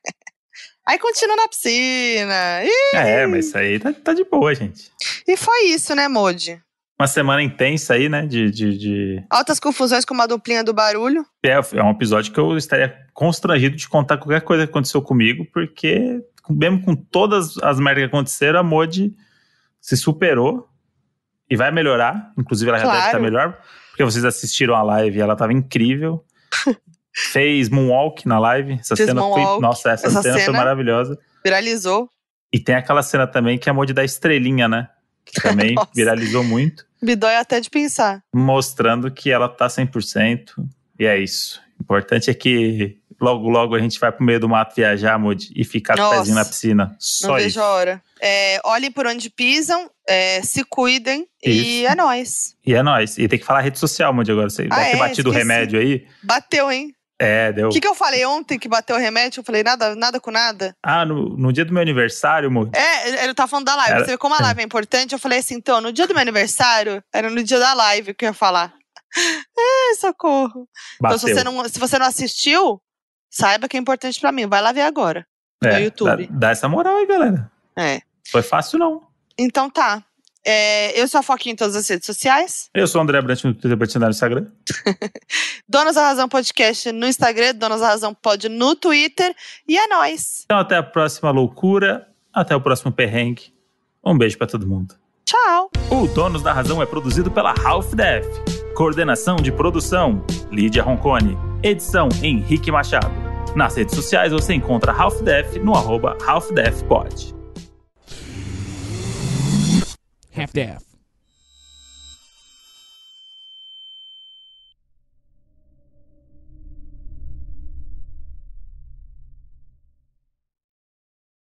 Aí continua na piscina. Ih! É, mas isso aí tá, tá de boa, gente. E foi isso, né, Modi? Uma semana intensa aí, né? De, de, de... Altas confusões com uma duplinha do barulho. É, é um episódio que eu estaria constrangido de contar qualquer coisa que aconteceu comigo, porque mesmo com todas as merdas que aconteceram, a Modi se superou e vai melhorar. Inclusive, ela já Claro. deve estar melhor, porque vocês assistiram a live e ela estava incrível. Fez moonwalk na live. Essa Fez cena moonwalk. foi. Nossa, essa, Essa cena, cena foi maravilhosa. Viralizou. E tem aquela cena também que é a Modi da estrelinha, né? Que também viralizou muito. Me dói até de pensar. Mostrando que ela tá cem por cento. E é isso. O importante é que logo, logo a gente vai pro meio do mato viajar, Modi, e ficar com o pezinho na piscina. Só não isso. vejo a hora. É, olhem por onde pisam, é, se cuidem isso. E é nóis. E é nóis. E tem que falar rede social, Modi, agora. Você ah, deve ter é, batido o remédio aí. Bateu, hein? É, deu. O que, que eu falei ontem que bateu o remédio? Eu falei nada, nada com nada. Ah, no, no dia do meu aniversário, Modi. É, ele tava falando da live. Era... Você vê como a live é importante? Eu falei assim, então, no dia do meu aniversário, era no dia da live que eu ia falar. Ai, socorro. Bateu. Então, se você, não, se você não assistiu, saiba que é importante pra mim. Vai lá ver agora. É, no YouTube. Dá, dá essa moral aí, galera. É. Foi fácil, não. Então tá. É, eu sou a Foquinha em todas as redes sociais. Eu sou o André Brant no Twitter, Bertinho no Instagram. Donas da Razão Podcast no Instagram, Donas da Razão Pod no Twitter. E é nóis. Então até a próxima loucura, até o próximo perrengue. Um beijo pra todo mundo. Tchau. O Donos da Razão é produzido pela Half Def. Coordenação de produção, Lídia Roncone. Edição, Henrique Machado. Nas redes sociais você encontra Half Def no arroba Half Def Pod. Half-Deaf.